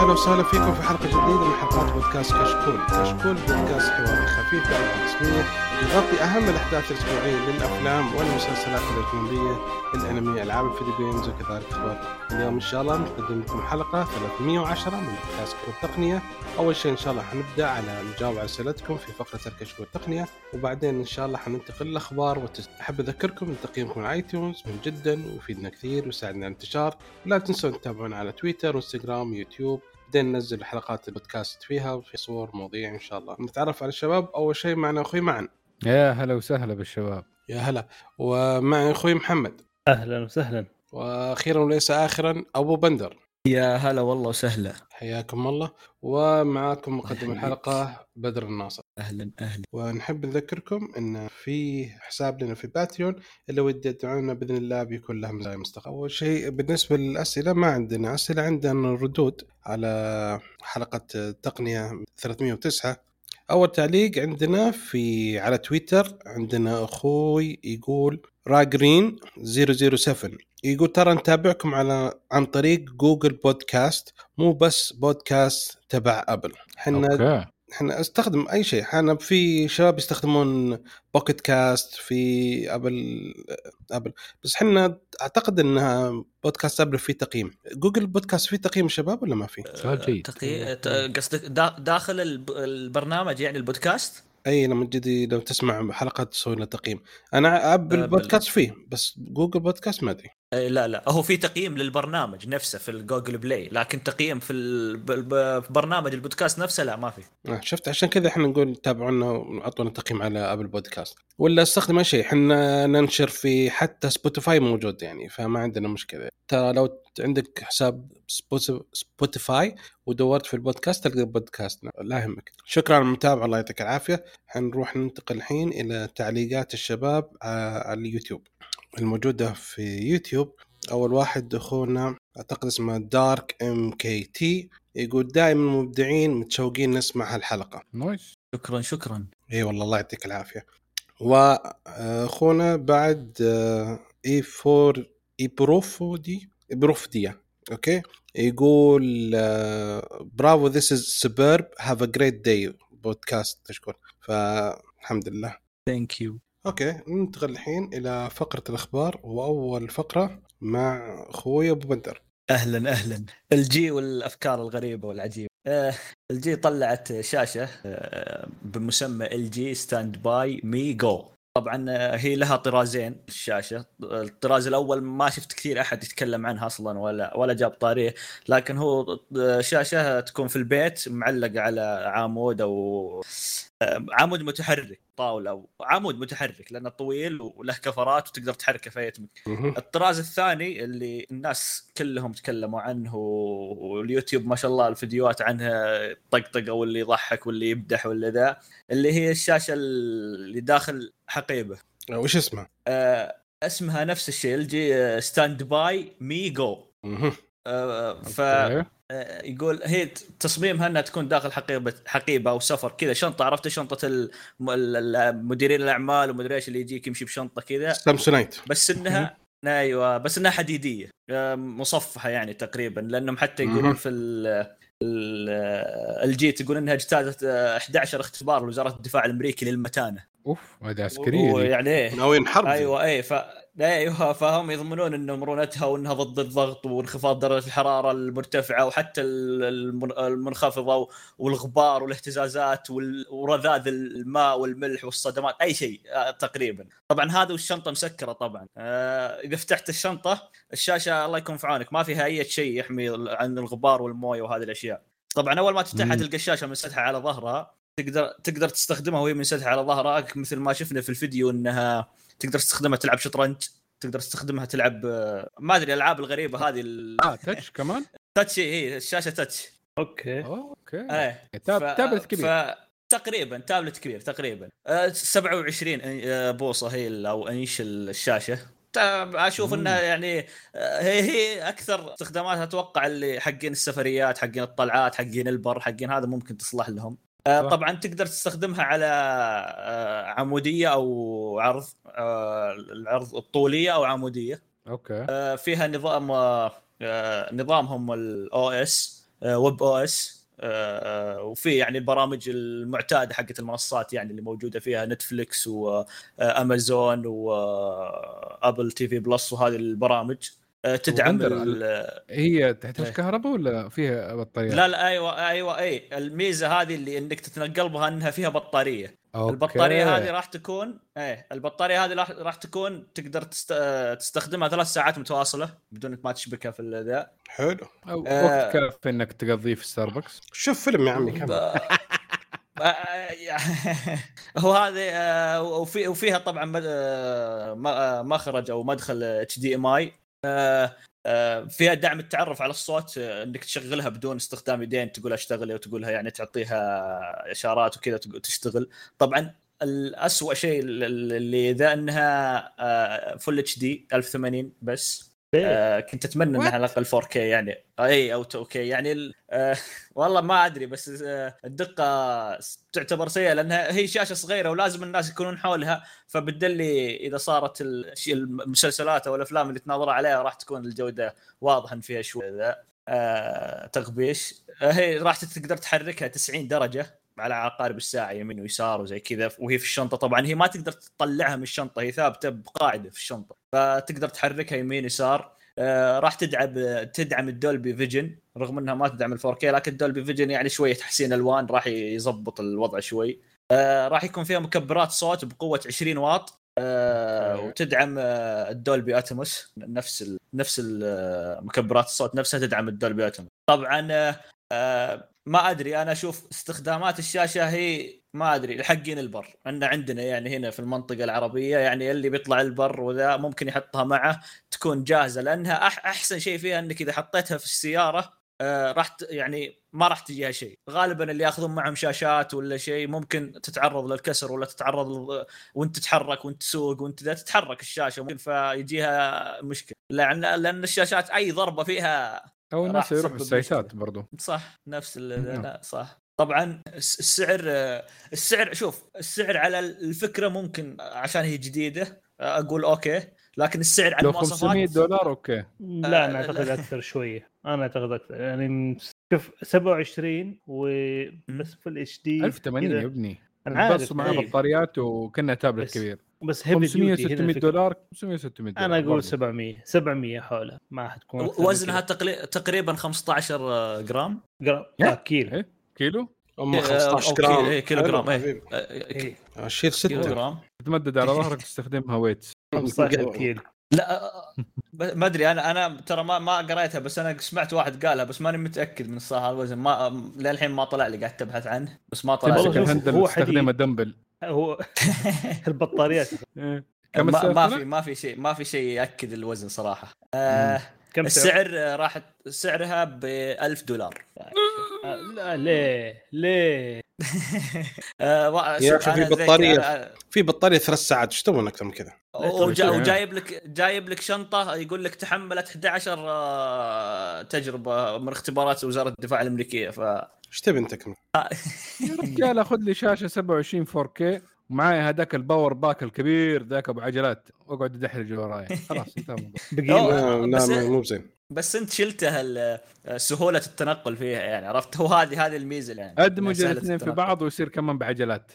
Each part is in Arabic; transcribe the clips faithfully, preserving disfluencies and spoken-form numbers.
أهلا وسهلا فيكم في حلقة جديدة من حلقات بودكاست كشكول. كشكول بودكاست حواري خفيف بعيد رسمية يغطي أهم الأحداث الأسبوعية للأفلام والمسلسلات الأجنبية، الأنمي، ألعاب الفيديو جيمز وكذلك أخبار. اليوم إن شاء الله نقدم لكم حلقة ثلاثمية وعشرة من بودكاست كشكول التقنية. أول شيء إن شاء الله حنبدأ على نجاوب على أسئلتكم في فقرة الكشكول التقنية، وبعدين إن شاء الله حننتقل للأخبار والتس... أحب أذكركم من تقييمكم على آيتونز من جدا ويفيدنا كثير ويساعدنا على الانتشار. ولا تنسوا تتابعونا على تويتر وإنستغرام ويوتيوب، بدين ننزل حلقات البودكاست فيها وفي صور مواضيع. إن شاء الله نتعرف على الشباب. أول شيء معنا أخوي معن. يا هلا وسهلا بالشباب. يا هلا. ومعي أخوي محمد. أهلا وسهلا. وأخيرا وليس آخرا أبو بندر. يا هلا والله وسهلا. حياكم الله. ومعكم مقدم الحلقة بدر الناصر. أهلا أهلا. ونحب نذكركم إن في حساب لنا في باتريون اللي ودي تدعونا بإذن الله بيكون لها مزايا مستقبل. أول شيء بالنسبة للأسئلة ما عندنا أسئلة، عندنا ردود على حلقة تقنية ثلاثمية وتسعة. أول تعليق عندنا في على تويتر، عندنا أخوي يقول راجرين صفر صفر سبعة يقول ترى نتابعكم على عن طريق جوجل بودكاست، مو بس بودكاست تبع أبل. حنا احنا استخدم اي شيء، احنا في شباب يستخدمون بوكيت كاست في ابل ابل بس احنا اعتقد انها بودكاست ابل في تقييم. جوجل بودكاست في تقييم شباب ولا ما في؟ سؤال جيد. تقييم قصدك داخل البرنامج يعني البودكاست؟ اي لما تجي لو تسمع حلقات تسوي لها تقييم. انا ابل بودكاست فيه بس جوجل بودكاست ما ادري. لا لا هو في تقييم للبرنامج نفسه في الجوجل بلاي، لكن تقييم في البرنامج البودكاست نفسه لا ما في. شفت عشان كذا احنا نقول تابعونا وعطونا تقييم على ابل بودكاست ولا استخدم اي شيء. احنا ننشر في حتى سبوتيفاي موجود يعني، فما عندنا مشكله. ترى لو عندك حساب سبوتيفاي ودورت في البودكاست تلقى بودكاستنا، لا يهمك. شكرا على المتابعه، الله يعطيك العافيه. حنروح ننتقل الحين الى تعليقات الشباب على اليوتيوب الموجوده في يوتيوب. اول واحد اخونا اعتقد اسمه دارك ام كي تي يقول دائما مبدعين، متشوقين نسمع هالحلقه. نايس. شكرا شكرا. اي والله الله يعطيك العافيه. واخونا بعد اي فور ايبروفودي ايبروفديا اوكي يقول برافو ذيس از سوبرب هاف ا جريت داي بودكاست. تشكر، فالحمد لله. ثانك يو. اوكي ننتقل الحين الى فقره الاخبار، واول فقره مع اخوي ابو بندر. اهلا اهلا. الجي والافكار الغريبه والعجيبه. آه الجي طلعت شاشه آه بمسمى الجي ستاند باي مي جو. طبعا هي لها طرازين الشاشه. الطراز الاول ما شفت كثير احد يتكلم عنها اصلا ولا ولا جاب طاريه، لكن هو شاشه تكون في البيت معلقه على عمود او عمود متحرك، طاوله او عمود متحرك لانه طويل وله كفرات وتقدر تحركه في اي مكان. الطراز الثاني اللي الناس كلهم تكلموا عنه واليوتيوب ما شاء الله الفيديوهات عنها طقطقه واللي يضحك واللي يمدح ولا ذا، اللي هي الشاشه اللي داخل حقيبه. وش اسمها؟ آه اسمها نفس الشيء، الجي ستاند باي مي جو. آه ف يقول هي تصميمها انها تكون داخل حقيبه حقيبه او سفر كذا، شنطه. عرفت شنطه المديرين الاعمال ومدري ايش اللي يجيك يمشي بشنطه كذا سامسونايت، بس انها ايوه بس انها حديديه مصفحه يعني تقريبا، لانهم حتى يقولون في الجي تقول انها اجتازت احد عشر اختبار لوزاره الدفاع الامريكي للمتانه. اوف هذا عسكري يعني ايه ناويين حرب. ايوه ايه ف ايوه فهم يضمنون انه مرونتها وانها ضد الضغط وانخفاض درجه الحراره المرتفعه وحتى المنخفضه والغبار والاهتزازات ورذاذ الماء والملح والصدمات، اي شيء تقريبا. طبعا هذا والشنطه مسكره طبعا. اذا فتحت الشنطه الشاشه الله يكون في عونك ما فيها اي شيء يحمي عن الغبار والمويه وهذه الاشياء. طبعا اول ما تفتحها تلقى الشاشه منسدحه على ظهرها، تقدر تقدر تستخدمها وهي منسدحه على ظهرها مثل ما شفنا في الفيديو، انها تقدر تستخدمها تلعب شطرنج، تقدر تستخدمها تلعب ما ادري الالعاب الغريبه هذه ال... اه تاتش كمان. تاتش هي الشاشه تاتش. اوكي اوكي ايه تاب... تابلت كبير ف... تقريبا تابلت كبير تقريبا أه سبعة وعشرين بوصه هي او انش الشاشه. اشوف انها يعني هي هي اكثر استخداماتها اتوقع اللي حقين السفريات حقين الطلعات حقين البر حقين هذا ممكن تصلح لهم. طبعا تقدر تستخدمها على عموديه او عرض، العرض الطوليه او عموديه. اوكي فيها نظام نظامهم الاو اس ويب او اس، وفي يعني البرامج المعتاده حقت المنصات يعني اللي موجوده فيها نتفليكس وامازون وابل تي في بلس وهذه البرامج تدعم ال... هي تحتاج كهرباء ولا فيها بطاريات؟ لا لا ايوه ايوه اي الميزه هذه اللي انك تتنقل بها انها فيها بطاريه. أوكي. البطاريه هذه راح تكون ايه البطاريه هذه راح تكون تقدر تست... تستخدمها ثلاث ساعات متواصله بدون ما تشبكها في ذا. حلو. آه وقت كافي انك تقضيه في ستاربكس. شوف فيلم يا عمي كم هو هذه. وفي وفيها طبعا مخرج او مدخل اتش دي ام اي، فيها دعم التعرف على الصوت، انك تشغلها بدون استخدام يدين، تقول اشتغل وتقولها يعني تعطيها اشارات وكذا تشتغل. طبعا الأسوأ شيء اللي اذا انها فل اتش دي ألف وثمانين بس. آه كنت اتمنى انها على الاقل فور كي يعني اي او تو كي يعني. آه والله ما ادري، بس آه الدقه تعتبر سيئه لانها هي شاشه صغيره ولازم الناس يكونون حولها، فبالتالي اذا صارت المسلسلات او الافلام اللي تناظر عليها راح تكون الجوده واضحا فيها شويه ذا آه تغبيش. آه هي راح تقدر تحركها تسعين درجه على عقارب الساعه يمين ويسار وزي كذا، وهي في الشنطه. طبعا هي ما تقدر تطلعها من الشنطه، هي ثابته بقاعده في الشنطه، فتقدر تحركها يمين يسار. آه راح تدعم تدعم الدولبي فيجن رغم انها ما تدعم الفور كي، لكن الدولبي فيجن يعني شويه تحسين الوان راح يزبط الوضع شوي. آه راح يكون فيها مكبرات صوت بقوه عشرين واط، آه وتدعم آه الدولبي اتموس، نفس ال... نفس مكبرات الصوت نفسها تدعم الدولبي اتموس. طبعا آه آه ما ادري، انا اشوف استخدامات الشاشه هي ما ادري الحقين البر، ان عندنا يعني هنا في المنطقه العربيه يعني اللي بيطلع البر وذا ممكن يحطها معه تكون جاهزه، لانها أح احسن شيء فيها انك اذا حطيتها في السياره آه راح يعني ما راح تجيها شيء. غالبا اللي ياخذون معهم شاشات ولا شيء ممكن تتعرض للكسر ولا تتعرض ل... وانت تتحرك وانت تسوق وانت ذا تتحرك الشاشه ممكن فيجيها مشكله، لان لان الشاشات اي ضربه فيها او الناس يروح السايتات برضو صح نفس لا صح. طبعا السعر السعر شوف السعر على الفكره ممكن عشان هي جديده اقول اوكي، لكن السعر على المواصفات خمسمية دولار اوكي. لا انا اعتقد اكثر شويه، انا اعتقد اكثر يعني شوف سبعة وعشرين وبس في الاتش دي ألف وثمانين يا ابني. انا بس مع بطاريات وكنا تابلت كبير بس خمسمية ستمية دولار خمسمية ستمية دولار. انا اقول سبعمية سبعمية حولها ما حتكون. وزنها تقريبا تقريبا خمسة عشر جرام جرام آه كيلو إيه؟ كيلو أم خمسة عشر جرام ايه كيلو جرام ايه ايه اشيل ستة جرام تمدد على ظهرك تستخدمها ويتس خمسة عشر كيلو. لا ما ادري انا انا ترى ما ما قريتها، بس انا سمعت واحد قالها بس ماني متاكد من الصحه الوزن، ما للحين ما طلع لي، قاعد ابحث عنه بس ما طلع لي. هو استخدم دمبل هو البطاريات ما, ما في ما في شيء ما في شيء ياكد الوزن صراحه. آه كم السعر راح سعرها ب ألف دولار. لا ليه ليه آه يا اخي في بطاريه في بطاريه ثلاث ساعات ايش تبون اكثر من كذا؟ وجايب لك جايب لك شنطه يقول لك تحملت إحدى عشر تجربه من اختبارات وزاره الدفاع الامريكيه. ف ايش تبي انت كم يا رجال اخذ لي شاشه سبعة وعشرين فور كي ومعي هذاك الباور باك الكبير ذاك ابو عجلات واقعد ادحرج وراي خلاص انتهى الموضوع. لا مو زين، بس انت شلتها سهوله التنقل فيها يعني عرفت، هو هذه هذه الميزه يعني ادمج الاثنين في بعض ويصير كمان بعجلات.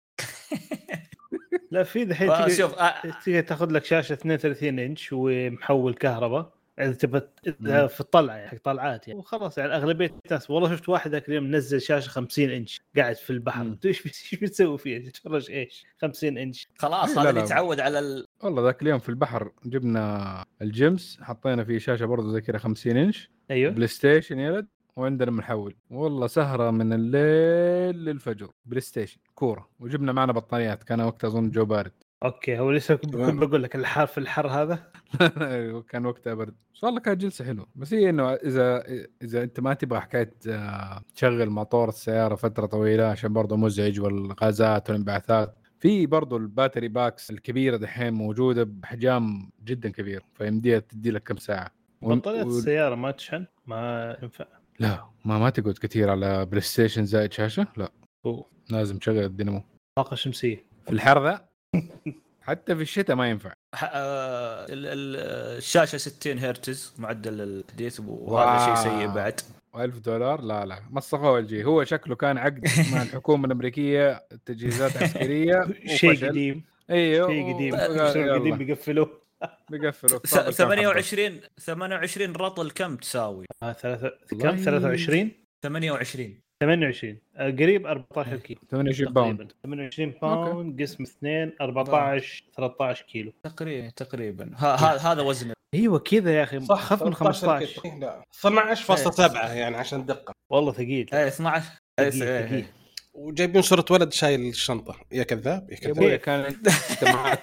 لا في الحين تقدر تاخذ لك شاشه اثنين وثلاثين انش ومحول كهرباء اذا تبى في الطلعه يعني طلعات يعني وخلاص. يعني اغلبيه الناس والله شفت واحد ذاك اليوم منزل شاشه خمسين انش قاعد في البحر، ايش ايش بتسوي فيها تتفرج ايش خمسين انش خلاص هذا اللي تعود على ال... والله ذاك اليوم في البحر جبنا الجيمس حطينا فيه شاشه برضه زي كذا خمسين انش ايوه بلاي ستيشن يلد وعندنا محول والله سهره من الليل للفجر بلاي ستيشن كوره وجبنا معنا بطاريات كان وقتها اظن جو بارد. اوكي هو لسه كنت بقول لك الحر في الحر هذا كان وقتها برد والله كانت جلسه حلوه. بس هي انه اذا اذا انت ما تبغى حكايه تشغل موتور السياره فتره طويله عشان برضه مزعج والغازات والانبعاثات، في برضه الباتري باكس الكبيره دحين موجوده بحجام جدا كبير فيمديها تدي لك كم ساعه. بطاريه و... السياره ما تشحن ما ينفع. لا ما ما تقعد كثير على بلاي ستيشن زائد شاشه لا أوه. لازم تشغل الدينامو طاقه شمسيه في الحر ذا حتى في الشتاء ما ينفع. الشاشه ستين هرتز معدل التحديث وهذا شيء سيء بعد. وألف دولار لا لا مصخوه الجي. هو شكله كان عقد مع الحكومة الأمريكية تجهيزات عسكرية شيء قديم. ايوه شيء قديم و... قديم بيقفلوه بيقفلوا ثمانية وعشرين ثمانية وعشرين رطل كم تساوي؟ آه ثلاثة كم ثلاثة وعشرين ثمانية وعشرين ثمانية وعشرين قريب أربعة عشر كيلو ثمانية وعشرين باوند ثمانية وعشرين باوند قسم اثنين أربعة عشر ثلاثة عشر كيلو تقريبا تقريبا هذا وزنه. ايوه كذا يا اخي خف من خمسة عشر لا اثنا عشر فاصلة سبعة يعني عشان دقة والله ثقيل. ايه اثنا عشر ثقيل وجايبين صورة ولد شايل الشنطة. يا كذاب يا كذاب. كان انت معك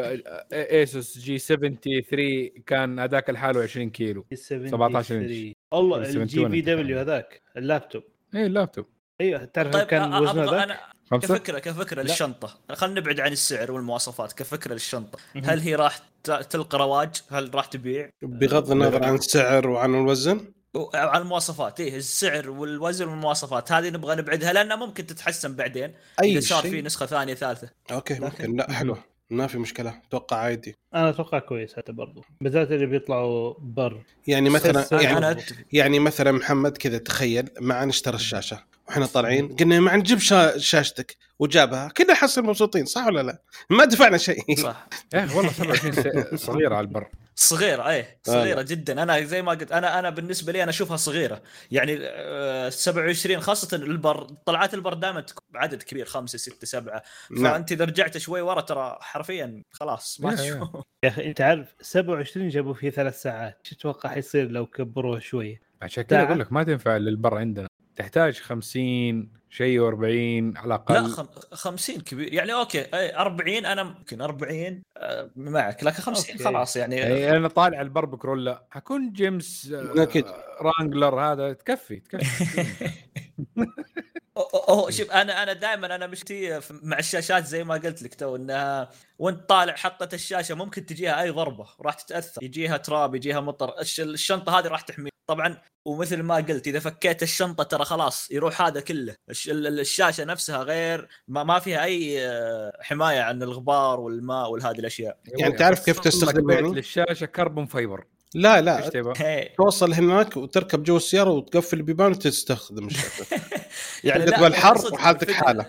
ايسوس جي سبعة وسبعين كان هذاك الحاله عشرين كيلو سبعة عشر انش. والله الجي في دبليو هذاك اللابتوب. ايه اللابتوب ايوه تعرف طيب كان وزنه ذاك أنا كفكره كفكره للشنطه. خلينا نبعد عن السعر والمواصفات. كفكره للشنطه هل هي راح تلقى رواج؟ هل راح تبيع بغض النظر عن السعر وعن الوزن وعن المواصفات؟ ايه السعر والوزن والمواصفات هذه نبغى نبعدها لانها ممكن تتحسن بعدين اذا صار في نسخه ثانيه ثالثه. اوكي ممكن. لا حلو ما في مشكله اتوقع عادي. انا اتوقع كويس هذا برضو بالذات اللي بيطلعوا بر. يعني مثلا يعني, أنا... يعني مثلا محمد كذا تخيل معنا اشترى الشاشه واحنا طالعين قلنا ما نجيب شا... شاشتك وجابها كنا حصل مبسوطين صح ولا لا؟ ما دفعنا شيء. صح يا اخي والله سبعة وعشرين صغيره على البر. صغيرة ايه صغيرة آه. جدا. انا زي ما قلت انا انا بالنسبة لي انا اشوفها صغيرة يعني. سبعة وعشرين خاصة البر طلعات البر دائما تكون عدد كبير خمسة ستة سبعة. فانت اذا رجعت شوي ورا ترى حرفيا خلاص ما تشوف. يا اخي انت عارف سبعة وعشرين جابوا فيه ثلاث ساعات. شو تتوقع حيصير لو كبروه شوي؟ عشان كذا اقول لك ما تنفع للبر عندنا. تحتاج خمسين شيء وأربعين على الأقل. لا خم... خمسين كبير يعني أوكي أي أربعين أنا ممكن أربعين آه معك لكن خمسين أوكي. خلاص يعني أي أنا طالع البربك رولا حكون جيمس آه رانجلر هذا تكفي تكفي. أوه شوف أنا أنا دائما أنا مشتي مع الشاشات زي ما قلت لك تو إنها وأنت طالع حطت الشاشة ممكن تجيها أي ضربة راح تتأثر. يجيها تراب يجيها مطر. الشنطة هذه راح تحمي طبعا. ومثل ما قلت إذا فكيت الشنطة ترى خلاص يروح هذا كله. الشاشة نفسها غير ما, ما فيها أي حماية عن الغبار والماء والهذه الأشياء. يعني تعرف كيف تستخدم يعني للشاشة كربون فايبر. لا لا توصل هناك وتركب جو السيارة وتقفل البيبان وتستخدم الشاشة. يعني لا الحر وحالتك حالة.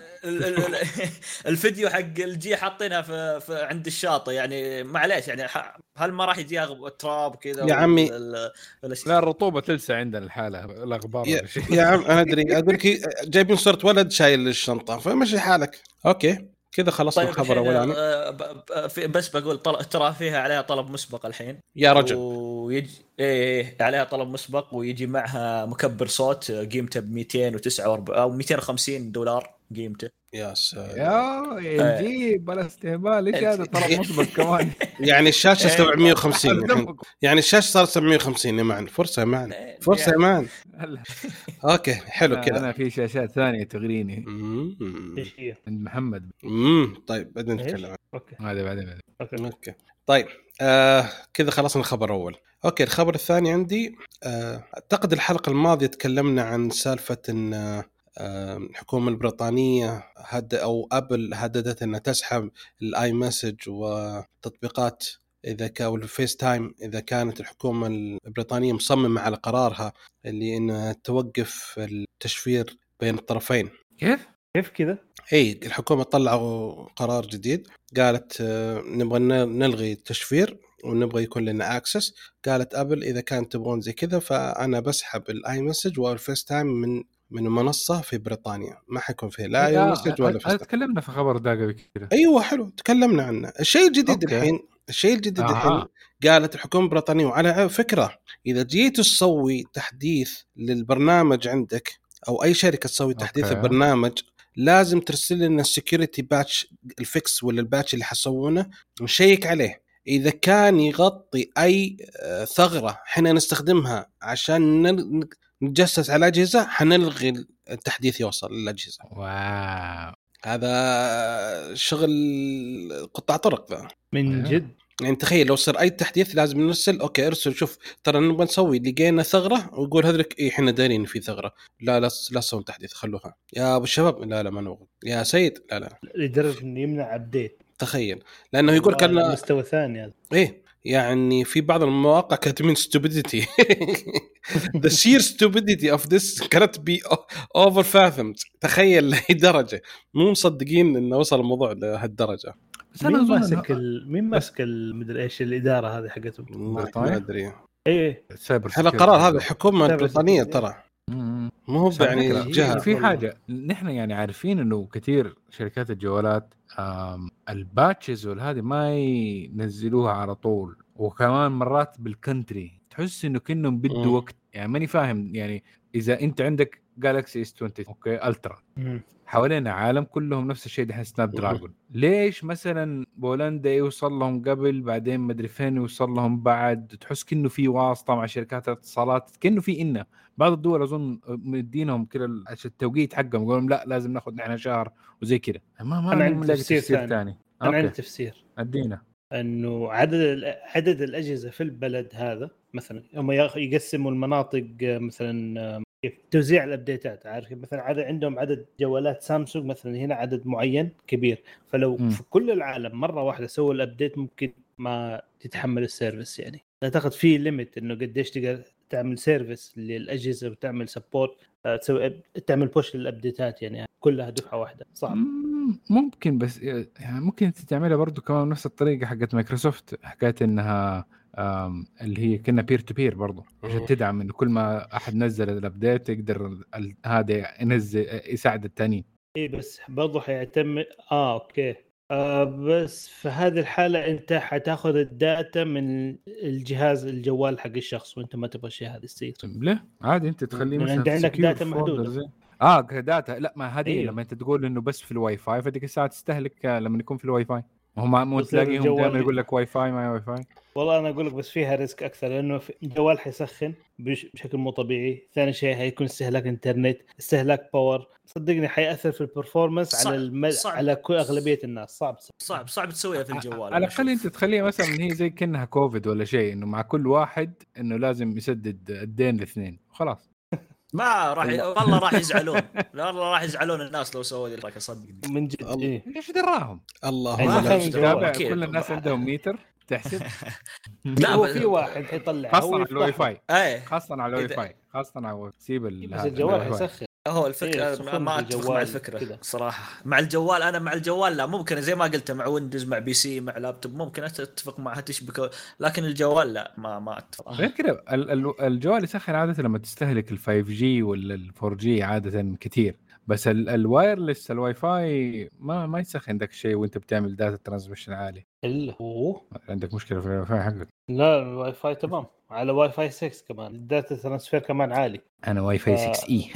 الفيديو حق الجي حاطينها في, في عند الشاطئ يعني معليش يعني هل ما راح يجيها تراب كذا يا عمي؟ لا الرطوبة تلسع عندنا الحالة الأغبار يا, يا عم أنا أدري أقول لك جايبين صورة ولد شايل الشنطة فمشي حالك. أوكي كذا خلصنا طيب الخبر أولا. بس بقول ترى فيها عليها طلب مسبق الحين يا رجل. ويجي إيه عليها طلب مسبق ويجي معها مكبر صوت قيمته ب مئتين وتسعة وأربعين أو مئتين وخمسين دولار قيمته. يا سلام يا الجي بلا استهبال. ايش هذا طلب مسبق كمان؟ يعني الشاشه سبعمية وخمسين يعني الشاشه صارت سبعمية وخمسين يا معن. فرصه يا معن فرصه يا معن. اوكي حلو كذا. انا في شاشات ثانيه تغريني ايش هي عند محمد. امم طيب بعدين نتكلم. اوكي هذا بعدين. اوكي اوكي طيب آه كذا خلصنا الخبر الاول. اوكي الخبر الثاني عندي آه اعتقد الحلقه الماضيه تكلمنا عن سالفه ان آه الحكومة البريطانية هد أو أبل هددت أن تسحب الآي مسج وتطبيقات إذا كان الفيس تايم إذا كانت الحكومة البريطانية مصممة على قرارها اللي إن توقف التشفير بين الطرفين. كيف كيف كذا؟ أي الحكومة طلعوا قرار جديد قالت نبغى نلغي التشفير ونبغى يكون لنا أكسس. قالت أبل إذا كانت تبغون زي كذا فأنا بسحب الآي مسج والفيس تايم من من منصة في بريطانيا ما حيكون فيه لا اي مسج ولا فيس. تكلمنا في خبر ده قبل كده. ايوه حلو تكلمنا عنه. الشيء الجديد الحين الشيء الجديد آه. الحين قالت الحكومة البريطانية وعلى فكرة إذا جيت تسوي تحديث للبرنامج عندك أو أي شركة تسوي تحديث أوكي. البرنامج لازم ترسل لنا السكيورتي باتش الفيكس ولا الباتش اللي حسوونه نشيك عليه إذا كان يغطي أي ثغرة حنا نستخدمها عشان نتجسس على الأجهزة حنلغي التحديث يوصل للأجهزة. واو هذا شغل قطاع طرق ذا من جد. يعني تخيل لو صار أي تحديث لازم نرسل أوكي أرسل شوف ترى نبغى نسوي لقينا ثغرة ويقول هذلك إيه إحنا دارين في ثغرة لا لا لا سوون تحديث خلوها يا أبو الشباب لا لا ما نبغى يا سيد لا لا لدرجة إنه يمنع أبديت. تخيل لأنه يقول كنا مستوى ثاني هذا. إيه يعني في بعض المواقع كاتبين stupidity the sheer stupidity of this cannot be overfathomed. تخيل لهي درجة مو مصدقين انه وصل الموضوع لهالدرجة. بس انا اظن ماسك ال... مين ماسك المدري ايش الاداره هذه حقتهم ما ادري ايه هذا قرار هذا حكومه بريطانيه ترى مو يعني جهه. في حاجه نحن يعني عارفين انه كثير شركات الجوالات الباتشز والهذه ما ينزلوها على طول، وكمان مرات بالكنتري تحس انه كأنهم بده وقت. يعني ماني فاهم يعني اذا انت عندك جالكسي اس عشرين اوكي الترا حوالينا عالم كلهم نفس الشيء دحين سناب دراجون، ليش مثلا بولندا يوصل لهم قبل بعدين مدري فين يوصل لهم بعد؟ تحس كأنه في واسطة مع شركات الاتصالات، كأنه في إنه بعض الدول أظن مدينهم كده التوقيت حقهم يقولون لا لازم ناخذ نحن شهر وزي كده. ما ما أنا عندي تفسير, تفسير ثاني. أنا عندي تفسير أدينا انه عدد عدد الاجهزه في البلد هذا مثلا هم يقسموا المناطق مثلا كيف توزيع الابديتات، عارف مثلا عدد عندهم عدد جوالات سامسونج مثلا هنا عدد معين كبير، فلو م. في كل العالم مره واحده سووا الابديت ممكن ما تتحمل السيرفيس. يعني لا تاخذ فيه ليميت انه قديش تقدر تعمل سيرفيس للاجهزه وتعمل سبورت تسوي تعمل بوش للابديتات يعني كلها دفعه واحده صعب. ممكن بس يعني ممكن تعملها برضو كمان نفس الطريقه حقت مايكروسوفت حكايه انها اللي هي كنا بير تو بير برضو عشان تدعم انه كل ما احد نزل الابديت يقدر هذا ينزل يساعد الثاني. ايه بس برضو حيعتمد اه اوكي آه بس في هذه الحاله انت حتاخذ الداتا من الجهاز الجوال حق الشخص وانت ما تبغى شيء هذا يصير. لا عادي انت تخليه مثلا انت عندك داتا محدوده. اه داتا لا ما هذه أيوه. لما انت تقول انه بس في الواي فاي فديك الساعه تستهلك لما يكون في الواي فاي، وهم مو تلاقيهم دائما يقول لك واي فاي ما واي فاي. والله انا اقول لك بس فيها ريسك اكثر لانه الجوال حيسخن بشكل مو طبيعي، ثاني شيء هيكون استهلاك انترنت استهلاك باور، صدقني حيأثر في البرفورمانس على الم... على كل اغلبيه الناس. صعب صعب صعب تسويها في الجوال. على الاقل انت تخليها مثلا هي زي كأنها كوفيد ولا شيء، انه مع كل واحد انه لازم يسدد الدين الاثنين خلاص. ما راح والله راح يزعلون لا والله راح يزعلون الناس لو سووا ذي الحركه صدق من جد. إيه؟ ليش دراهم الله كل الناس عندهم ميتر تحسب. لا هو في واحد حيطلع خاصة على الواي فاي ايه خاصة على الواي فاي خاصة على سيب الجوال حيسخن. هو الفكره إيه ما اتفق مع الفكره كده. صراحه مع الجوال انا مع الجوال لا ممكن زي ما قلت مع ويندوز مع بي سي مع لابتوب ممكن اتفق معها تشبك، لكن الجوال لا ما ما اتفق. غير كده الجوال يسخن عاده لما تستهلك ال فايف جي ولا ال فور جي عاده كتير، بس الوايرلس الواي فاي ما ما يسخن ذاك الشيء وانت بتعمل داتا ترانسميشن عالي. الا هو عندك مشكله في الواي فاي حقك؟ لا الواي فاي تمام على واي فاي ستة كمان الداتا ترانسفير كمان عالي. انا واي فاي ستة اي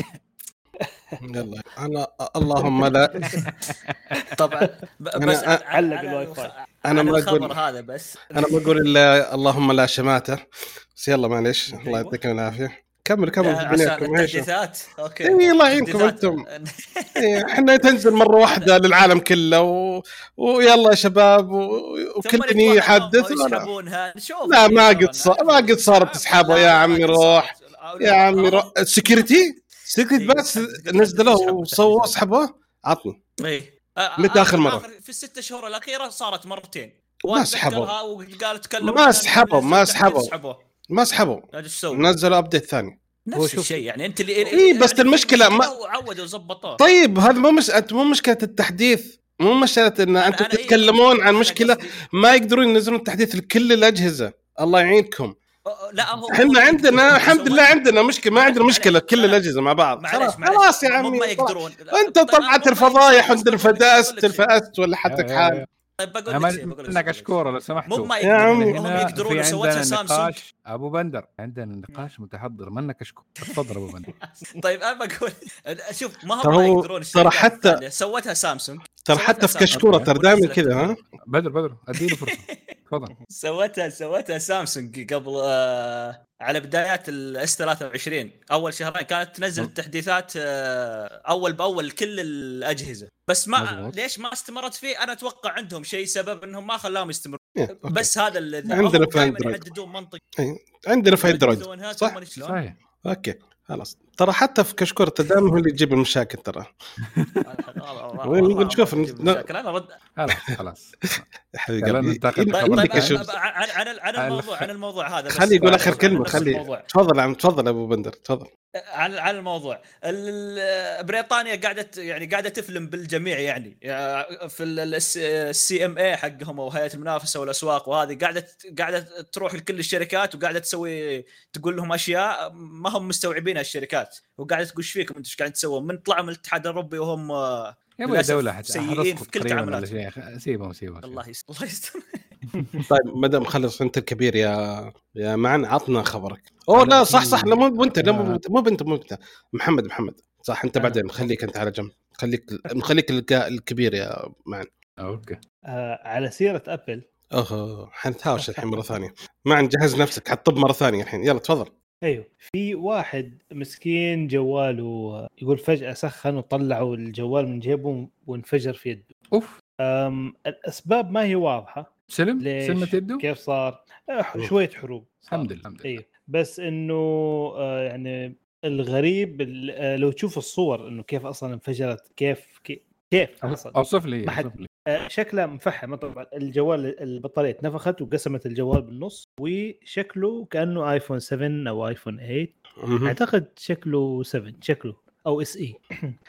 يلا انا اللهم لا طبعا بس علق الواي فاي. انا ما اقول هذا بس انا بقول الا اللهم لا شماته بس. يلا معليش الله يعطيكم العافيه. كمل كمل التحديثات. اوكي اي الله يعينكم انتم. احنا تنزل مره واحده للعالم كله و... ويلا يا شباب و... وكل يحدث يسحبونها. لا ما قد صار ما قد صار تسحبوا يا عمي روح يا عمي روح. السكيورتي سكرت بس نزلوه وسووا سحبوه عطني. اي متى اخر مره؟ في الست شهور الاخيره صارت مرتين ما سحبوا وقال تكلم ما سحبوا ما سحبوا ما سحبوا نزلوا ابديت ثاني نفس الشيء. يعني انت اللي اي بس يعني المشكله ما عودوا وظبطوه. طيب هذا مو مش مو مشكله التحديث، مو مشكله ان انتم تتكلمون عن مشكله ما يقدرون ينزلون التحديث لكل الاجهزه. الله يعينكم. لا هو احنا عندنا الحمد لله عندنا مشكله ما عندنا مشكله كل الاجهزه مع بعض خلاص يا عمي. انت طلعت الفضايح عند الفداست الفاست ولا حتى حال. طيب بقول لك بقول لك اشكره لو سمحتوا. مو ما يقدرون يقدرون سوتها سامسونج. ابو بندر عندنا نقاش متحضر منك اشكر. تفضل ابو بندر. طيب انا بقول شوف ما هم ما يقدرون ترى حتى سوتها سامسونج ترى حتى في كشكوره ترى دائما كذا. ها بدر بدر اديله فرصه تفضل. سوتها سوتها سامسونج قبل آه على بدايات الاس ثلاثة وعشرين اول شهرين كانت تنزل التحديثات آه اول باول كل الاجهزه بس ما مزبوط. ليش ما استمرت فيه؟ انا اتوقع عندهم شيء سبب انهم ما خلاهم يستمروا. بس هذا اللي عندنا في اندرويد يحددون منطق. عندنا في اندرويد صح صحيح. اوكي خلاص ترى حتى في كشكور التدعم هو اللي يجيب المشاكل ترى. وين نقول شوف انا رد خلاص خلاص حبيبي طيب عن عن الموضوع عن الموضوع هذا خلي يقول اخر كلمه خلي تفضل عم تفضل ابو بندر تفضل. عن عن الموضوع بريطانيا قاعده يعني قاعده تفلم بالجميع يعني في السي ام اي حقهم او هيئه المنافسه والاسواق وهذه قاعده قاعده تروح لكل الشركات وقاعده تسوي تقول لهم اشياء ما هم مستوعبينها الشركات وقاعده تقول ايش فيكم انتم ايش قاعدين تسوون من طلعوا من الاتحاد الاوروبي وهم يا دولة سيئين في كل تعاملات. سيبهم سيبهم الله يستر الله يستر. طيب مدام خلص انت الكبير يا يا معن عطنا خبرك. اوه لا صح صح لا مو انت لا مو بنت مو انت محمد محمد صح انت بعدين خليك انت على جنب خليك خليك الكبير يا معن. اوكي آه على سيرة ابل اوه حنتهاوش الحين مرة ثانية. معن جهز نفسك حتطب مرة ثانية الحين يلا تفضل. ايوه في واحد مسكين جواله يقول فجأة سخن وطلعوا الجوال من جيبه وانفجر في يده. اوف أم الاسباب ما هي واضحة. سلم سلمت يده كيف صار أه شوية حروق الحمد لله الحمد لله. ايوه بس انه آه يعني الغريب آه لو تشوف الصور انه كيف اصلا انفجرت كيف كيف, كيف حصل اوصف لي اوصف لي آه شكله مفحم طبعا الجوال البطارية اتنفخت وقسمت الجوال بالنص وشكله كأنه ايفون سبعة او ايفون ثمانية اعتقد شكله سبعة شكله او اس اي.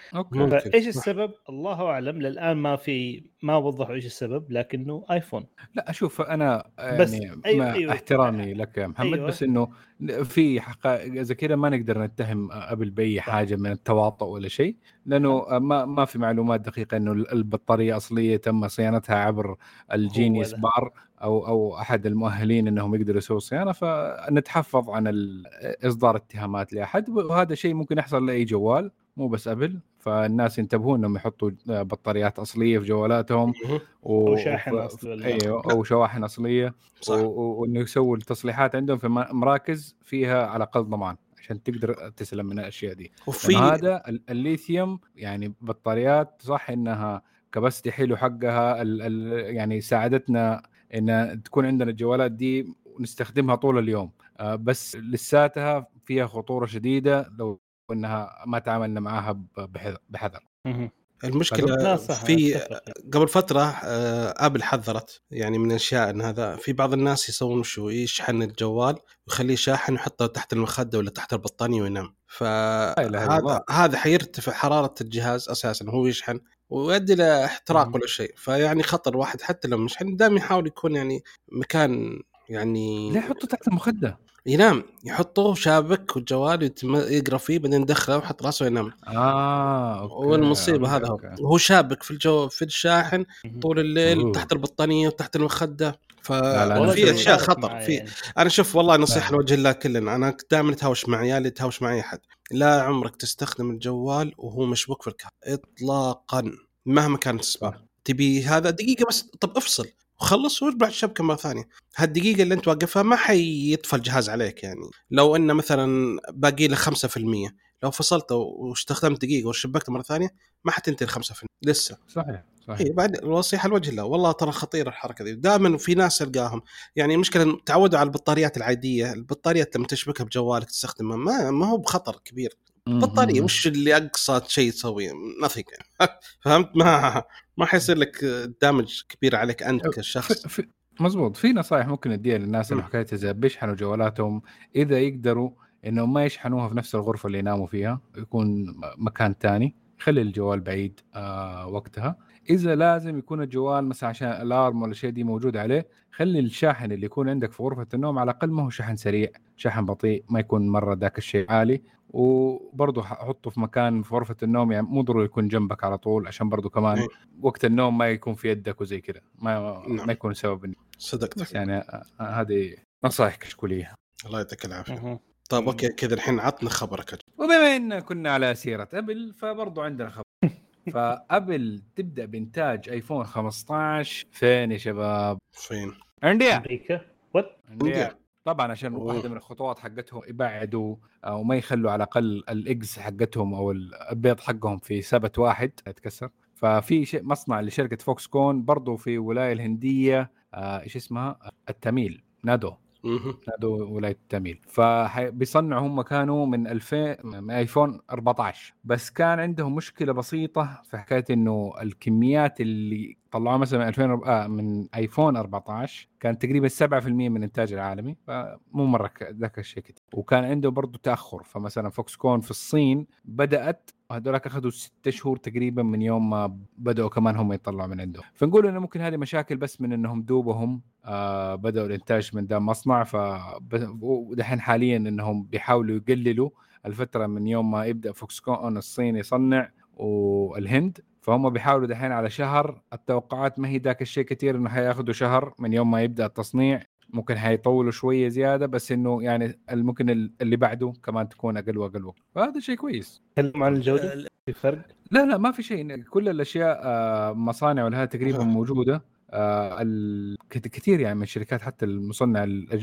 اوكي ايش السبب الله اعلم للان ما في ما وضحوا ايش السبب لكنه ايفون. لا اشوف انا يعني أيوة أيوة احترامي لك يا محمد أيوة. بس انه في حقائق اذا كذا ما نقدر نتهم ابل باي حاجه من التواطؤ ولا شيء لانه ما ما في معلومات دقيقه انه البطاريه اصليه تم صيانتها عبر الجينيوس بار او او احد المؤهلين انهم يقدروا يسووا صيانه فنتحفظ عن اصدار اتهامات لاحد وهذا شيء ممكن يحصل لاي جوال مو بس ابل فالناس ينتبهوا انهم يحطوا بطاريات اصليه في جوالاتهم او شاحن اصلي ايوه او شواحن اصليه وانه يسووا التصليحات عندهم في مراكز فيها على الاقل ضمان عشان تقدر تسلم من الاشياء دي. هذا الليثيوم يعني بطاريات صح انها كباستي حلو حقها ال ال يعني ساعدتنا ان تكون عندنا الجوالات دي ونستخدمها طول اليوم آه بس لساتها فيها خطوره شديده لو انها ما تعاملنا معاها بحذر. المشكله في قبل فتره ابل حذرت يعني من اشياء ان هذا في بعض الناس يسوون شو يشحن الجوال ويخليه شاحن ويحطه تحت المخده ولا تحت البطانيه وينام فهذا هذا حيرتفع حراره الجهاز اساسا هو يشحن ويؤدي الى احتراق ولا شيء فيعني خطر واحد حتى لو مش دائما يحاول يكون يعني مكان يعني لا يحطه تحت المخده ينام يحطوه شابك والجوال يقرأ فيه بعدين يدخله ويحط راسه وينام. اه اوكي والمصيبه هذا هو هو شابك في الجو في الشاحن طول الليل أوه. تحت البطانيه وتحت المخده ففي اشياء خطر في يعني. انا شوف والله نصيحه لوجه الله كلنا انا دائما اتهاوش مع عيالي اتهاوش مع اي احد لا عمرك تستخدم الجوال وهو مشبوك في الكهرباء اطلاقا مهما كانت الاسباب تبي هذا دقيقه بس طب افصل وخلص وارجع الشبكه مره ثانيه هالدقيقه اللي انت واقفها ما حيطفى الجهاز عليك يعني لو ان مثلا باقي له خمسة في المية لو فصلته واستخدمت دقيقه وشبكته مره ثانيه ما حتنتهي خمسة في المية لسه صحيح صحيح إيه بعد الوصيحه الوجه الله والله ترى خطيره الحركه دي دائما في ناس القاهم يعني المشكله تعودوا على البطاريات العاديه البطاريات لما تشبكها بجوالك تستخدمها ما ما هو بخطر كبير بطاريه وش اللي اقصى شيء تسويه nothing فهمت ما ما حيصير لك دامج كبير عليك انت كشخص. مزبوط في نصائح ممكن نديها للناس اللي حكايه اذا بيشحنوا جوالاتهم اذا يقدروا انهم ما يشحنوها في نفس الغرفه اللي يناموا فيها يكون مكان تاني خلي الجوال بعيد آه وقتها. اذا لازم يكون الجوال مثلا عشان الارم ولا شيء دي موجود عليه خلي الشاحن اللي يكون عندك في غرفه النوم على الاقل ما هو شحن سريع شحن بطيء ما يكون مره ذاك الشيء عالي وبرضه حطه في مكان في غرفه النوم يعني مو ضروري يكون جنبك على طول عشان برضه كمان وقت النوم ما يكون في يدك وزي كذا ما نعم. ما يكون سبب صدقت يعني هذه نصائح كشكوليه. الله يعطيك العافيه. طيب اوكي كذا الحين عطنا خبرك. وبما ان كنا على سيره ابل فبرضه عندنا خبر فابل تبدا بانتاج ايفون خمسة عشر فين يا شباب؟ فين؟ عندي امريكا وات عندي طبعا عشان واحده من الخطوات حقتهم يبعدوا او ما يخلوا على الاقل الاكس حقتهم او البيض حقهم في سبت واحد يتكسر ففي شيء مصنع لشركه فوكس كون برضو في ولايه الهنديه ايش آه اسمها التميل نادو هذا ولاية تاميل. فبيصنعوا هم كانوا من ألفين من ايفون أربعة عشر، بس كان عندهم مشكلة بسيطة في حكاية انه الكميات اللي طلعوها مثلا من ألفين آه من ايفون أربعة عشر كان تقريبا سبعة بالمئة من الانتاج العالمي، فمو مرة ذاك الشيء كتير. وكان عنده برضو تأخر، فمثلا فوكس كون في الصين بدأت هذولك أخذوا ستة شهور تقريبا من يوم ما بدأوا كمان هم يطلعوا من عندهم. فنقول إنه ممكن هذه مشاكل بس من إنهم دوبهم آه بدأوا الإنتاج من دام مصنع، فدحين حاليا إنهم بيحاولوا يقللوا الفترة من يوم ما يبدأ فوكس كون الصين يصنع والهند، فهم بيحاولوا دحين على شهر. التوقعات ما هي ذاك الشيء كتير إنه هياخدوا شهر من يوم ما يبدأ التصنيع، ممكن هيطولوا شوية زيادة، بس إنه يعني ممكن اللي بعده كمان تكون أقل وأقل، فهذا شيء كويس. تكلم عن الجودة في فرق؟ لا لا ما في شيء، كل الأشياء مصانع ولها تقريبا موجودة كثير يعني من الشركات، حتى المصنع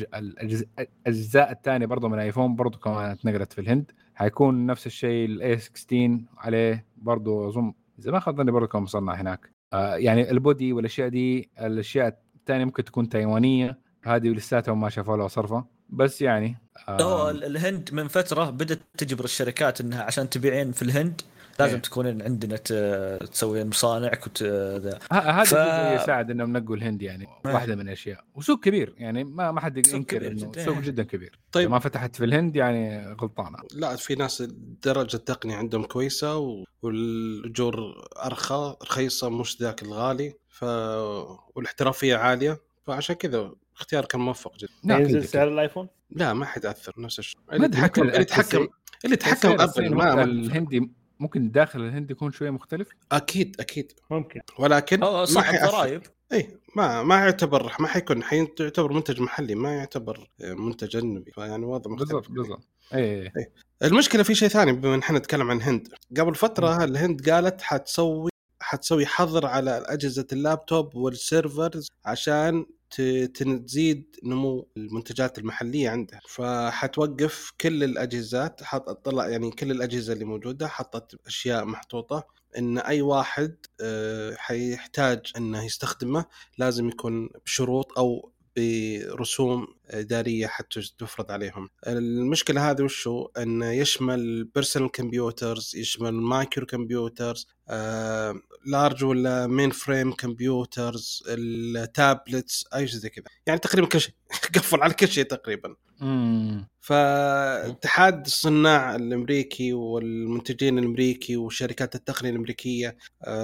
الأجزاء الثانية برضو من آيفون برضو كمان اتنقلت في الهند. هيكون نفس الشيء الاي ستة عشر عليه برضو، أظن إذا ما خذني برضو كان مصنع هناك. يعني البودي والأشياء دي، الأشياء الثانية ممكن تكون تايوانية، هذه لساتهم ما شافوا لها صرفة، بس يعني آه الهند من فترة بدأت تجبر الشركات إنها عشان تبيعين في الهند لازم إيه. تكونين عندنا تسوي مصانعك وت... هذا ف... يساعد إنهم نقوا الهند يعني ما. واحدة من الأشياء، وسوق كبير يعني ما ما حد ينكر إنه سوق جدا كبير. طيب ما فتحت في الهند يعني غلطانة. لا، في ناس درجة التقنية عندهم كويسة والأجور أرخى رخيصة مش ذاك الغالي، ف... والاحترافية عالية، فعشان كذا اختيار كان موفق جدا. ينزل سعر الايفون؟ لا ما حيتأثر، نفس الشيء اللي يتحكم اللي يتحكم اللي يتحكم أبل. ما الهندي ممكن داخل الهند يكون شوية مختلف. أكيد أكيد ممكن، ولكن ما حيأثر. اي ما ما يعتبر، ما حيكون حيعتبر منتج محلي، ما يعتبر منتج أجنبي، فيعني وضع مختلف. بالضبط بالضبط. اي اي المشكلة في شيء ثاني، بما ان احنا نتكلم عن الهند، قبل فترة الهند قالت حتسوي حتسوي حظر على أجهزة اللابتوب والسيرفرز عشان تزيد نمو المنتجات المحلية عندها، فحتوقف كل الأجهزات. حط طلع يعني كل الأجهزة اللي موجودة حطت أشياء محطوطة إن أي واحد حيحتاج إنه يستخدمه لازم يكون بشروط أو برسوم إدارية حتى تفرض عليهم. المشكلة هذه وشو؟ أن يشمل بيرسونال كمبيوترز، يشمل مايكرو كمبيوترز، آه، لارج ولا مين فريم كمبيوترز، التابلتس، أي شيء زي كذا، يعني تقريبا كل شيء قفل على كل شيء تقريبا. مم. فاتحاد الصناع الأمريكي والمنتجين الأمريكي وشركات التقنية الأمريكية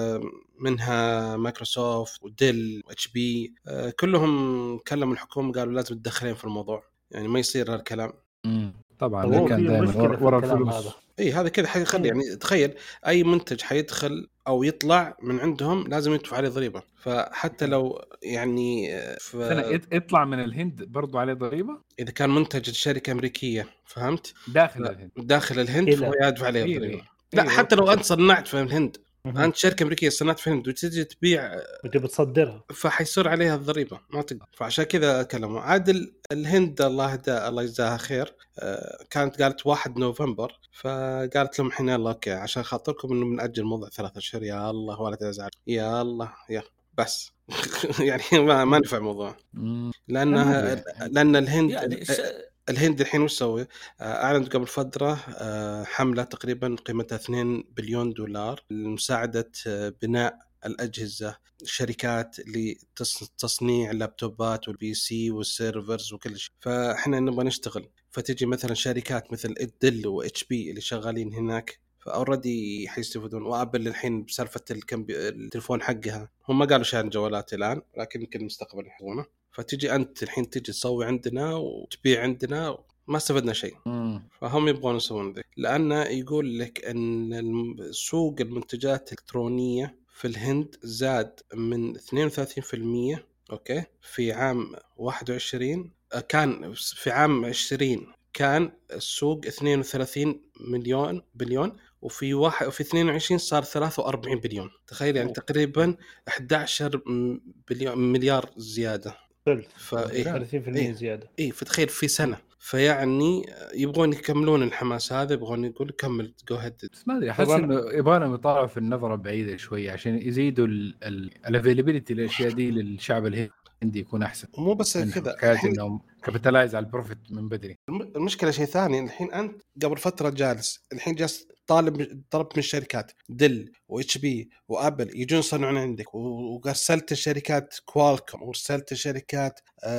منها مايكروسوفت وديل واتش بي كلهم كلموا الحكومة قالوا لازم تدخلين في الموضوع، يعني ما يصير هالكلام. مم. طبعا كان دائما ورا الفلوس هذا. اي هذا كذا حيخلي يعني تخيل اي منتج حيدخل او يطلع من عندهم لازم يدفع عليه ضريبه، فحتى لو يعني ف... يطلع من الهند برضو عليه ضريبه اذا كان منتج الشركه امريكيه، فهمت؟ داخل الهند داخل الهند فهو يدفع عليه ضريبه. إيه. لا إيه. حتى لو انت صنعت في الهند، انت شركه امريكيه صنعت في الهند وتجي تبيع وتبي تصدرها، فحيصير عليها الضريبه ما تقدر. فعشان كذا كلموا عادل الهند الله يهدى الله يجزاها خير، كانت قالت واحد نوفمبر، فقالت لهم الحين يلا اوكي عشان خاطركم انه بنأجل الموضوع ثلاثة اشهر، يا الله ولا تزعل يا الله يا بس يعني ما ما نفع الموضوع لانها لان الهند يعني الهند الحين وش سوي؟ أعلنت قبل فترة حملة تقريبا قيمتها اثنين بليون دولار لمساعدة بناء الأجهزة، شركات لتصنيع اللابتوبات والبي سي والسيرفرز وكل شيء. فإحنا نبغى نشتغل، فتجي مثلا شركات مثل ديل و اتش بي اللي شغالين هناك فأوردي حيستفيدون. وأبل الحين بسالفة التلفون حقها هم ما قالوا شان جوالات الآن، لكن يمكن مستقبل يحضونه. فتجي أنت الحين تجي تسوي عندنا وتبيع عندنا ما استفدنا شيء. مم. فهم يبغون يسوون ذي، لأنه يقول لك أن سوق المنتجات الإلكترونية في الهند زاد من اثنين وثلاثين بالمئة أوكي في عام واحد وعشرين، كان في عام عشرين كان السوق اثنين وثلاثين مليون بليون، وفي واحد وفي اثنين وعشرين صار ثلاثة وأربعين بليون. تخيل يعني تقريبا أحد عشر بليون مليار زيادة، ف ثلاثين بالمئة زيادة. إيه فتخيل في سنة. فيعني يبغون يكملون الحماس هذا، يبغون يقول كمل جو هيد. بس ما ادري احس انه يبغانا يطالعوا في النظره بعيده شويه عشان يزيدوا الافيلابيلتي الاشياء دي للشعب الهندي. عندي يكون احسن. ومو بس كذا، حكايه انهم كابيتالايز على البروفيت من بدري. المشكله شيء ثاني، الحين انت قبل فتره جالس، الحين جالس طالب طلب من الشركات دل واتش بي وابل يجون يصنعون عندك، وارسلت الشركات كوالكوم وارسلت الشركات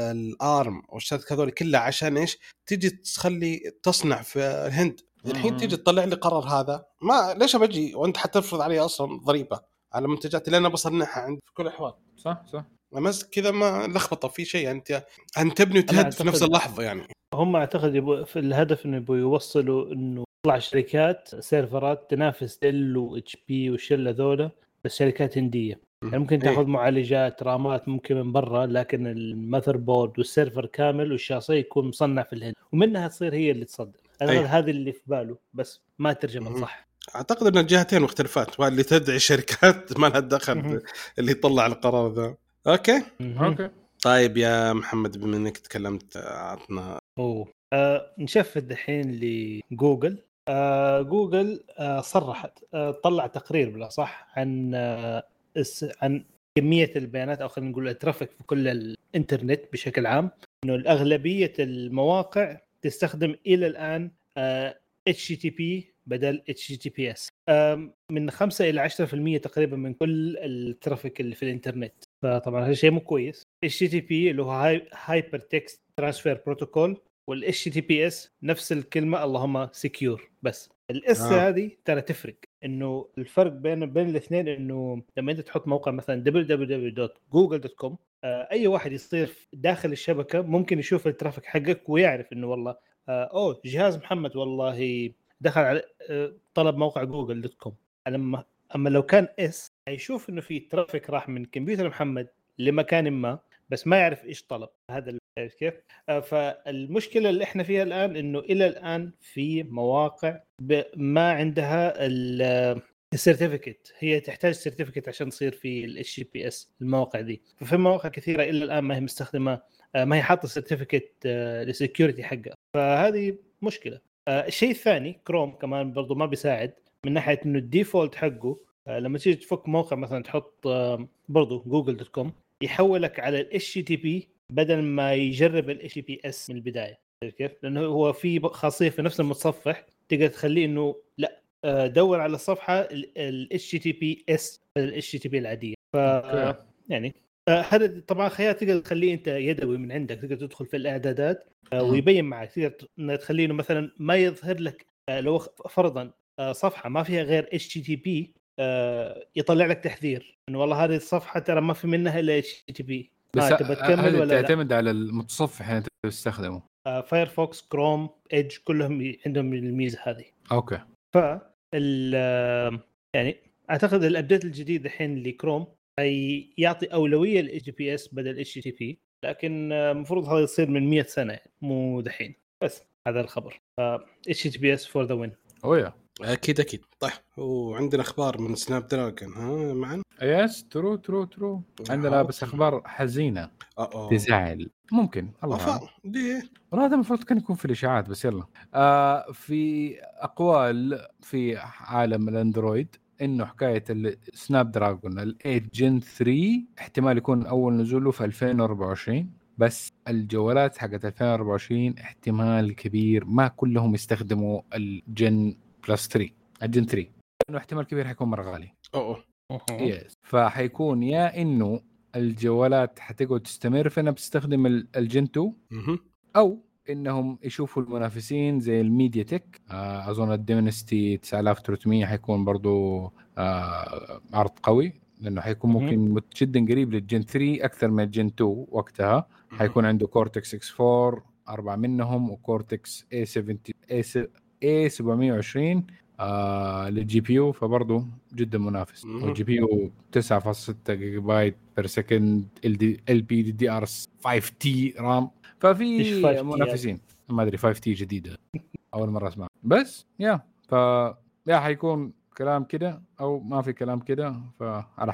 الارم وارسلت هذول كلها عشان ايش؟ تيجي تخلي تصنع في الهند. الحين تيجي تطلع لي قرار هذا، ما ليش بجي وانت حتفرض علي اصلا ضريبه على منتجات اللي انا بصنعها عند في كل الاحوال. صح صح. بس كذا ما لخبطه في شيء، انت انت تبني وتهد في نفس اللحظه. يعني هم اعتقد يبو في الهدف انه يبغوا يوصلوا انه يطلع شركات سيرفرات تنافس ديل واتش بي والشله ذولا، بس شركات هنديه. يعني ممكن تاخذ إيه؟ معالجات رامات ممكن من برا، لكن المذر بورد والسيرفر كامل والشاصي يكون مصنع في الهند، ومنها تصير هي اللي تصدر. إيه؟ هذا اللي في باله، بس ما ترجمت صح. اعتقد ان الجهتين مختلفات، واللي تدعي شركات ما لها دخل اللي يطلع القرار ذا. اوكي اوكي طيب يا محمد، بما انك تكلمت عطنا. اوه آه نشفت الحين لجوجل. آه جوجل آه صرحت آه طلع تقرير بلا صح عن آه عن كميه البيانات، او خلينا نقول الترافيك في كل الانترنت بشكل عام، انه الاغلبيه المواقع تستخدم الى الان آه إتش تي تي بي بدل إتش تي تي بي إس. من خمسة إلى عشرة بالمئة تقريبا من كل الترافيك اللي في الانترنت، فطبعا هذا شيء مو كويس. إتش تي تي بي اللي هو هايبر تكست ترانسفير بروتوكول، والإتش تي تي بي إس نفس الكلمه اللهم سكيور، بس الاس آه. هذه ترى تفرق. انه الفرق بين بين الاثنين انه لما انت تحط موقع مثلا دبليو دبليو دبليو دوت جوجل دوت كوم، اي واحد يصير داخل الشبكه ممكن يشوف الترافيك حقك ويعرف انه والله آه اوه جهاز محمد والله دخل على طلب موقع جوجل دوت كوم. لما اما لو كان اس هيشوف انه في ترافيك راح من كمبيوتر محمد لمكان ما، بس ما يعرف ايش طلب. هذا كيف. فالمشكله اللي احنا فيها الان انه الى الان في مواقع ما عندها السيرتيفيكت، هي تحتاج سيرتيفيكت عشان تصير في الاتش تي بي اس المواقع دي. ففي مواقع كثيره الى الان ما هي مستخدمه، ما هي حاطه سيرتيفيكت للسكيورتي حقها، فهذه مشكله. الشيء الثاني كروم كمان برضو ما بيساعد من ناحيه انه الديفولت حقه لما تيجي تفك موقع مثلا تحط برضو جوجل دوت كوم يحولك على الاتش تي بي بدل ما يجرب الاتش تي بي اس من البدايه. كيف؟ لانه هو في خاصيه في نفس المتصفح تقدر تخليه انه لا دور على الصفحه الاتش تي بي اس بدل الاتش تي بي العاديه. ف يعني هذا طبعا خيار تقدر تخليه انت يدوي من عندك، تقدر تدخل في الاعدادات ويبين معك، تقدر تخليه انه مثلا ما يظهر لك لو فرضا صفحه ما فيها غير اتش تي بي يطلع لك تحذير انه والله هذه الصفحه ترى ما في منها الا اتش تي بي. بس آه تبى تكمل ولا تعتمد لا؟ على المتصفح اللي انت تستخدمه. آه فايرفوكس كروم ايدج كلهم عندهم الميزه هذه. اوكي. ف يعني اعتقد الابديت الجديد الحين لكروم اي يعطي اولويه للاتش تي بي اس بدل اتش تي بي، لكن المفروض هذا يصير من مية سنه مو دحين. بس هذا الخبر. اتش تي بي اس فور ذا وين. اوه اكيد اكيد. طيب وعندنا اخبار من سناب دراجون ها معنا. يس ترو ترو ترو عندنا أوه. بس اخبار حزينه أوه. تزعل ممكن الله ليه والله هذا المفروض كان يكون في الاشاعات، بس يلا. آه في اقوال في عالم الاندرويد انه حكايه السناب دراجون الثمانية جن ثري احتمال يكون اول نزوله في ألفين وأربعة وعشرين، بس الجوالات حقت ألفين وأربعة وعشرين احتمال كبير ما كلهم يستخدموا الجن بلس ثري الجن ثري، لانه احتمال كبير حيكون مره غالي. اوه يس فحيكون يا انه الجوالات حتقعد تستمر فانا بتستخدم الجن تو، او انهم يشوفوا المنافسين زي الميديا تك. اظن الديمنستي تسعة آلاف وثلاثمية حيكون برضو عرض قوي، لانه حيكون ممكن جدا قريب للجن ثري اكثر من الجن تو. وقتها حيكون عنده كورتكس إكس فور اربعه منهم، وكورتكس إيه سبعمية إيه سبعمية وعشرين آه للجي بي يو، فبرضه جدا منافس. والجي بي يو تسعة فاصلة ستة جيجا بايت بير سكند، ال بي دي دي ار خمسة تي رام، ففي منافسين. ما ادري خمسة تي جديده اول مره اسمع، بس يا ف يا حيكون كلام كده او ما في كلام كده، فعلى حسب.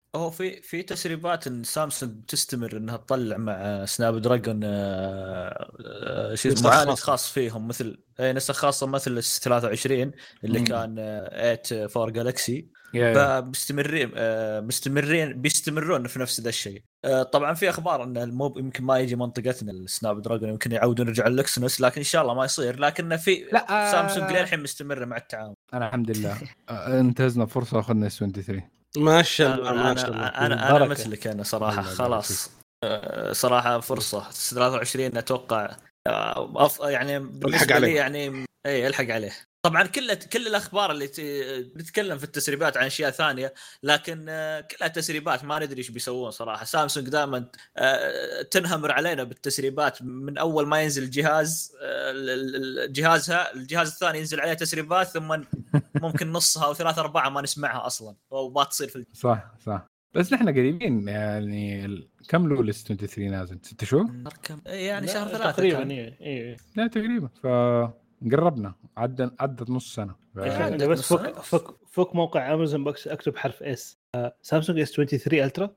هو في في تسريبات ان سامسونج تستمر انها تطلع مع سناب دراجون شيء معالج خاص فيهم، مثل اي نسخه خاصه مثل ال ثلاثة وعشرين اللي مم. كان ثمانية فور جالكسي، فمستمرين مستمرين بيستمرون في نفس ذا الشيء. طبعا في اخبار ان الموب يمكن ما يجي منطقتنا السناب دراجون، يمكن يعودون يرجع الاكسنس، لكن ان شاء الله ما يصير. لكن في لا سامسونج للحين مستمره مع التعاون. انا الحمد لله انتهزنا فرصه واخذنا اس ثلاثة وعشرين. ما شاء الله ما شاء الله. انا انا, أنا مثلك انا صراحه خلاص صراحه فرصه ثلاثة وعشرين اتوقع أف... يعني بالنسبه لي يعني اي الحق عليه. طبعا كل كل الاخبار اللي نتكلم في التسريبات عن اشياء ثانيه، لكن كلها تسريبات ما ندري ايش بيسوون صراحه. سامسونج دائما تنهمر علينا بالتسريبات من اول ما ينزل الجهاز جهازها الجهاز الثاني ينزل عليه تسريبات، ثم ممكن نصها او ثلاثة أربعة ما نسمعها اصلا او ما تصير في الجهاز. صح صح. بس نحن قريبين يعني كملوا ليست ثلاثة وعشرين نازل ست شهور يعني شهر ثلاثة تقريبا. اي لا تقريبا فقربنا عدت عدت نص سنه ف... بس فك فك فك موقع امازون بوكس اكتب حرف اس سامسونج اس ثلاثة وعشرين الترا.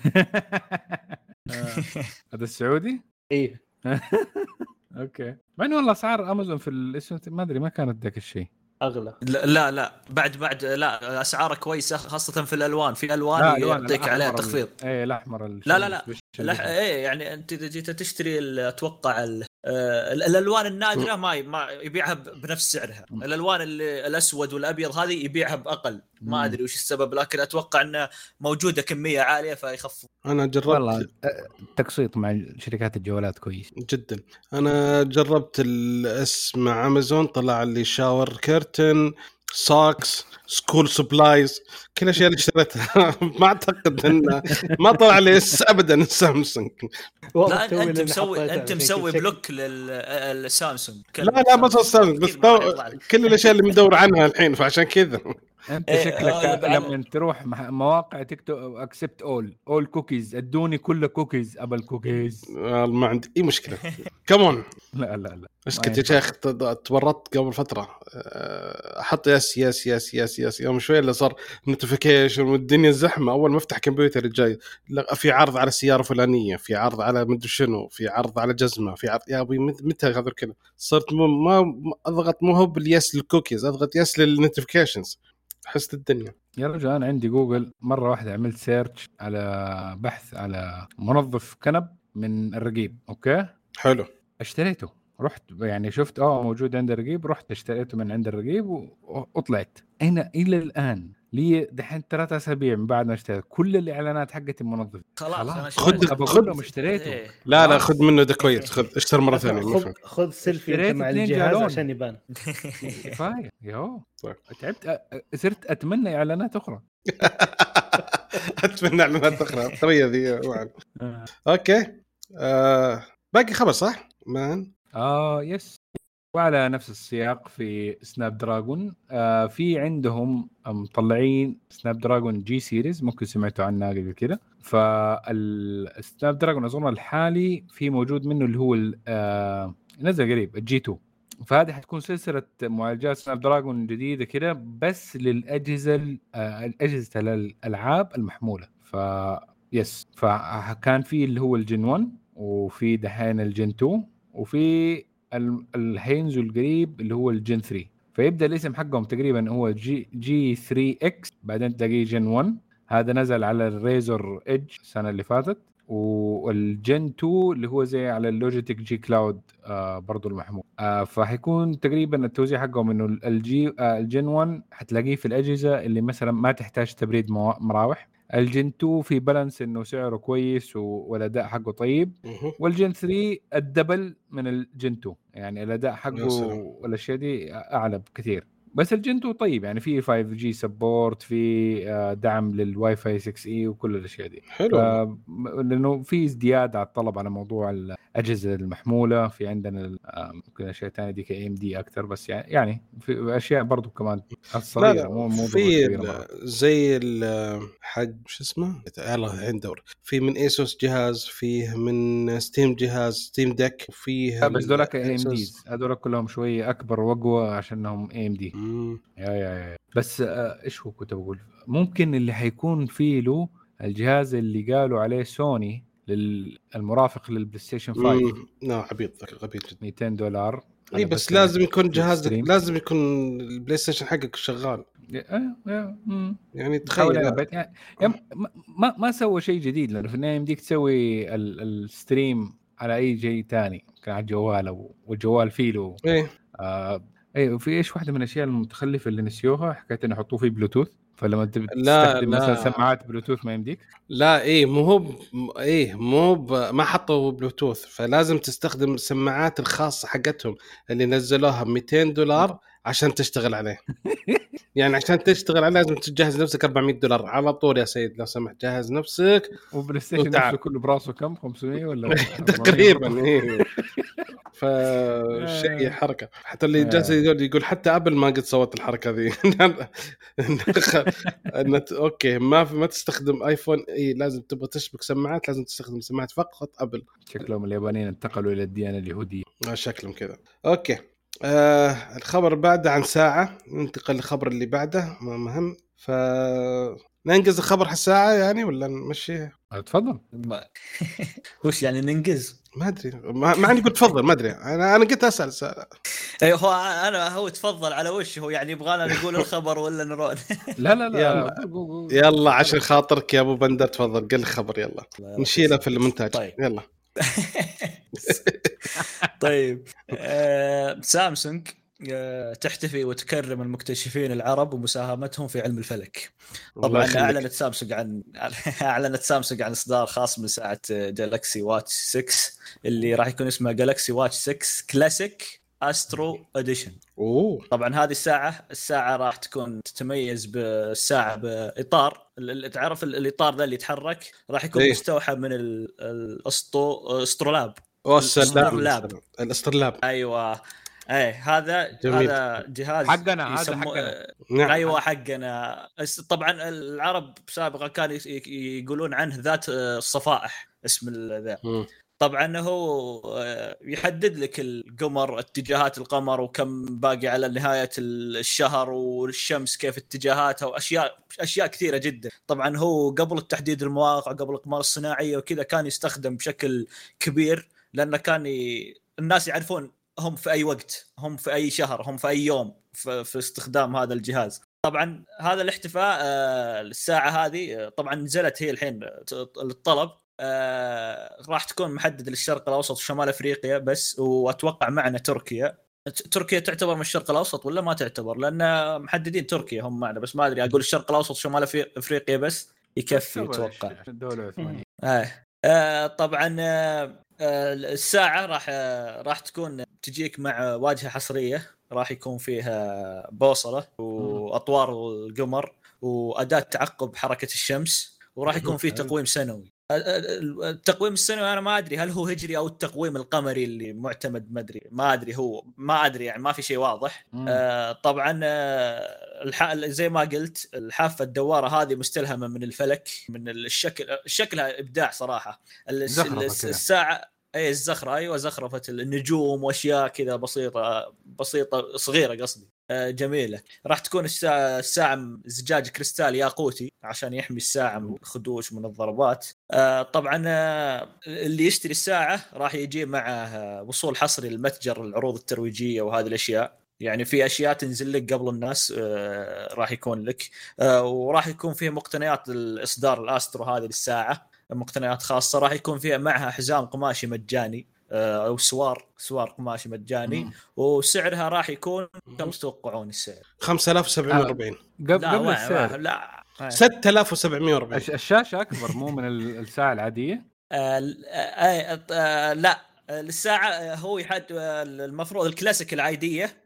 هذا السعودي ايه اوكي. مع انه والله اسعار امازون في الاس ما ادري ما كانت ذاك الشيء اغلى. لا لا, لا. بعد بعد لا اسعاره كويسه خاصه في الالوان. في الوان يعطيك عليها تخفيض. ايه الاحمر لا لا لا, لا ايه يعني انت اذا جيت تشتري اتوقع الالوان النادره ما ما يبيعها بنفس سعرها. الالوان الاسود والابيض هذه يبيعها باقل. ما ادري وش السبب، لكن اتوقع انه موجوده كميه عاليه فيخفض. انا جربت والله تقسيط مع شركات الجوالات كويس جدا. انا جربت الاس مع امازون، طلع لي شاور كيرتن، ساكس، سكول سبلايز، كل الاشياء اللي اشتريتها. ما اعتقد ان ما طلع لي اس ابدا سامسونج. لا انت مسوي انت مسوي بلوك للسامسونج. لا لا ما صار سامسونج، بس كل الاشياء اللي مدور عنها الحين، فعشان كذا انت إيه شكلك لما تروح مواقع تكتب اكسبت اول اول كوكيز، ادوني كل كوكيز ابل كوكيز. ما عندي اي مشكله. كمون لا لا لا اسكت يا شيخ. تورطت قبل فتره احط يس يس يس يس يس يوم شوي اللي صار نوتيفيكيشن والدنيا زحمه. اول ما افتح كمبيوتر الجاي في عرض على سياره فلانيه، في عرض على مدري شنو، في عرض على جزمه، في عرض. يا ابوي متى هذا الكلام؟ صرت ما اضغط مو هو باليس للكوكيز، اضغط يس للنوتيفيكيشنز. حست الدنيا يا رجل. انا عندي جوجل مره واحده عملت سيرش على بحث على منظف كنب من الرقيب. اوكي حلو. اشتريته، رحت يعني شفت اه موجود عند الرقيب، رحت اشتريته من عند الرقيب وطلعت هنا. الى الان لي دحين ثلاثة اسابيع من بعد ما اشتريت كل الاعلانات حقت المنظف. خلاص خذ خذ اشتريته. إيه. لا لا خذ منه ده كويس. خذ اشتر مره ثانيه. خذ خذ سيلفي مع الجهاز عشان يبان. كفايه ياهو. تعبت. صرت اتمنى اعلانات اخرى. اتمنى اعلانات اخرى الطريقه ذي. اوكي آه باقي خبر صح مان؟ اه يس. وعلى نفس السياق في سناب دراجون آه في عندهم مطلعين سناب دراجون جي سيريز، ممكن سمعتوا عنها قبل كده. فالسناب دراجون اظن الحالي في موجود منه اللي هو آه نزل قريب الجي تو. فهذه حتكون سلسله معالجات سناب دراجون جديده كده بس للاجهزه آه اجهزه الالعاب المحموله. ف يس فكان في اللي هو الجن واحد، وفي دحين الجن اثنين، وفي الهينز القريب اللي هو الجن ثلاثة. فيبدا الاسم حقهم تقريبا هو جي جي ثري اكس، بعدين تلاقيه جن واحد. هذا نزل على الريزر ايدج السنه اللي فاتت، والجن اثنين اللي هو زي على اللوجيتك جي كلاود آه برضو المحمول. آه فحيكون تقريبا التوزيع حقهم انه الجي آه الجن واحد حتلاقيه في الاجهزه اللي مثلا ما تحتاج تبريد مراوح. الجن اثنين في بالانس انه سعره كويس والاداء حقه طيب. والجن ثلاثة الدبل من الجن اثنين، يعني الاداء حقه والاشياء دي اعلى بكثير. بس الجن اثنين طيب، يعني في فايف جي سبورت، في دعم للواي فاي سكس اي وكل الاشياء دي. حلو. لانه في ازدياد على الطلب على موضوع الاجهزه المحموله. في عندنا ممكن اشياء ثانيه دي كاي ام دي اكثر، بس يعني في اشياء برضو كمان الصغيره مو مو في زي الحق شو اسمه يلا عندور. في من ايسوس جهاز، فيه من ستيم جهاز ستيم ديك، وفيه بس دولك اي ام دي هذول كلهم شويه اكبر واقوى عشانهم اي ام دي. يا يا يا بس آه ايش هو كنت بقول؟ ممكن اللي حيكون فيه له الجهاز اللي قالوا عليه سوني للمرافق للبلاي ستيشن خمسة. لا عبيط عبيط جدا. مئتين دولار. اي بس لازم يكون جهازك لازم يكون البلاي ستيشن حقك شغال. يعني تخيل يعني ما ما سوى شيء جديد، لانه في النهايه يمديك تسوي الستريم على اي شيء ثاني، كان على الجوال والجوال فيه له ايه آه اي. وفي ايش واحده من الاشياء المتخلفه اللي نسيوها، حكايه انه يحطوه فيه بلوتوث، فلما تستخدم مثلا سماعات بلوتوث ما يمديك. لا ايه مو هو ايه مو ما حطوا بلوتوث، فلازم تستخدم السماعات الخاصه حقتهم اللي نزلوها مئتين دولار عشان تشتغل عليه. يعني عشان تشتغل عليه لازم تجهز نفسك أربعمية دولار على طول يا سيد، لو سمحت جهز نفسك. وبلاي ستيشن نفسه كله براسه كم خمسمية ولا تقريبا ايه. فشيء حركه، حتى اللي جالس يقول حتى ابل ما قد صوت الحركه ذي. ان اوكي ما ما تستخدم ايفون، اي لازم تبغى تشبك سماعات لازم تستخدم سماعات فقط ابل. شكلهم اليابانيين انتقلوا الى الديانه اليهوديه. شكلهم كذا. اوكي آه الخبر بعده عن ساعه، ننتقل للخبر اللي بعده مهم. ف ننجز الخبر الساعه يعني ولا نمشيها؟ تفضل. وش يعني ننجز؟ ما ادري ما, ما عندي قلت تفضل ما ادري انا انا قلت اسال سؤال. اي هو انا هو تفضل على وش هو يعني يبغانا نقول الخبر ولا نروح؟ لا لا لا يلا, يلا عشان خاطرك يا ابو بندر تفضل قل الخبر يلا نشيله في المونتاج. طيب. يلا طيب آه، سامسونج تحتفي وتكرم المكتشفين العرب ومساهمتهم في علم الفلك. طبعا اعلنت سامسونج عن اعلنت سامسونج عن اصدار خاص من ساعه جالاكسي واتش ستة اللي راح يكون اسمها جالاكسي واتش ستة كلاسيك استرو اديشن. اوه طبعا هذه الساعه الساعه راح تكون تتميز بالساعه باطار، تعرف الاطار ذا اللي يتحرك راح يكون مستوحى من الاسطو استرولاب الاسترلاب الاسترلاب ايوه اي هذا جميل. هذا جهاز حقنا هذا حقنا نعم. ايوه حقنا. طبعا العرب سابقا كانوا يقولون عنه ذات الصفائح اسم ذا. طبعا هو يحدد لك القمر اتجاهات القمر وكم باقي على نهايه الشهر والشمس كيف اتجاهاتها واشياء اشياء كثيره جدا. طبعا هو قبل التحديد المواقع قبل الاقمار الصناعيه وكذا كان يستخدم بشكل كبير، لانه كان ي... الناس يعرفون هم في أي وقت، هم في أي شهر، هم في أي يوم في, في استخدام هذا الجهاز. طبعا هذا الاحتفاء الساعة هذه طبعا نزلت هي الحين للطلب، راح تكون محدد للشرق الأوسط وشمال أفريقيا بس، وأتوقع معنا تركيا. تركيا تعتبر من الشرق الأوسط ولا ما تعتبر؟ لأن محددين تركيا هم معنا بس ما أدري، أقول الشرق الأوسط وشمال أفريقيا بس يكفي أتوقع. الدولة العثمانية. آه طبعا الساعة راح راح تكون تجيك مع واجهة حصرية، راح يكون فيها بوصلة وأطوار القمر وأداة تعقب حركة الشمس، وراح يكون فيه تقويم سنوي. التقويم السنوي أنا ما أدري هل هو هجري أو التقويم القمري اللي معتمد، ما أدري ما أدري هو ما أدري يعني ما في شيء واضح. آه طبعا آه الح... زي ما قلت الحافة الدوارة هذه مستلهمة من الفلك، من الشكل شكلها إبداع صراحة. الساعة اي الزخرة ايوه زخرفة النجوم واشياء كذا بسيطة بسيطة صغيرة قصدي آه جميلة. راح تكون الساعة الساعة زجاج كريستال ياقوتي عشان يحمي الساعة من الخدوش من الضربات. آه طبعا آه اللي يشتري الساعة راح يجي معه وصول حصري للمتجر العروض الترويجية وهذه الاشياء، يعني في اشياء تنزل لك قبل الناس آه راح يكون لك آه وراح يكون فيه مقتنيات الاصدار الاسترو هذه للساعة، مقتنيات خاصة راح يكون فيها معها حزام قماشي مجاني أو سوار سوار قماشي مجاني. مم. وسعرها راح يكون كم تتوقعون السعر؟ خمسة آلاف وسبعمية وأربعين. قبل قبل السعر لا ستة آلاف وسبعمية وأربعين. الشاشة أكبر مو من الساعة العادية؟ آه آه آه لا الساعة هو يحد المفروض الكلاسيك العادية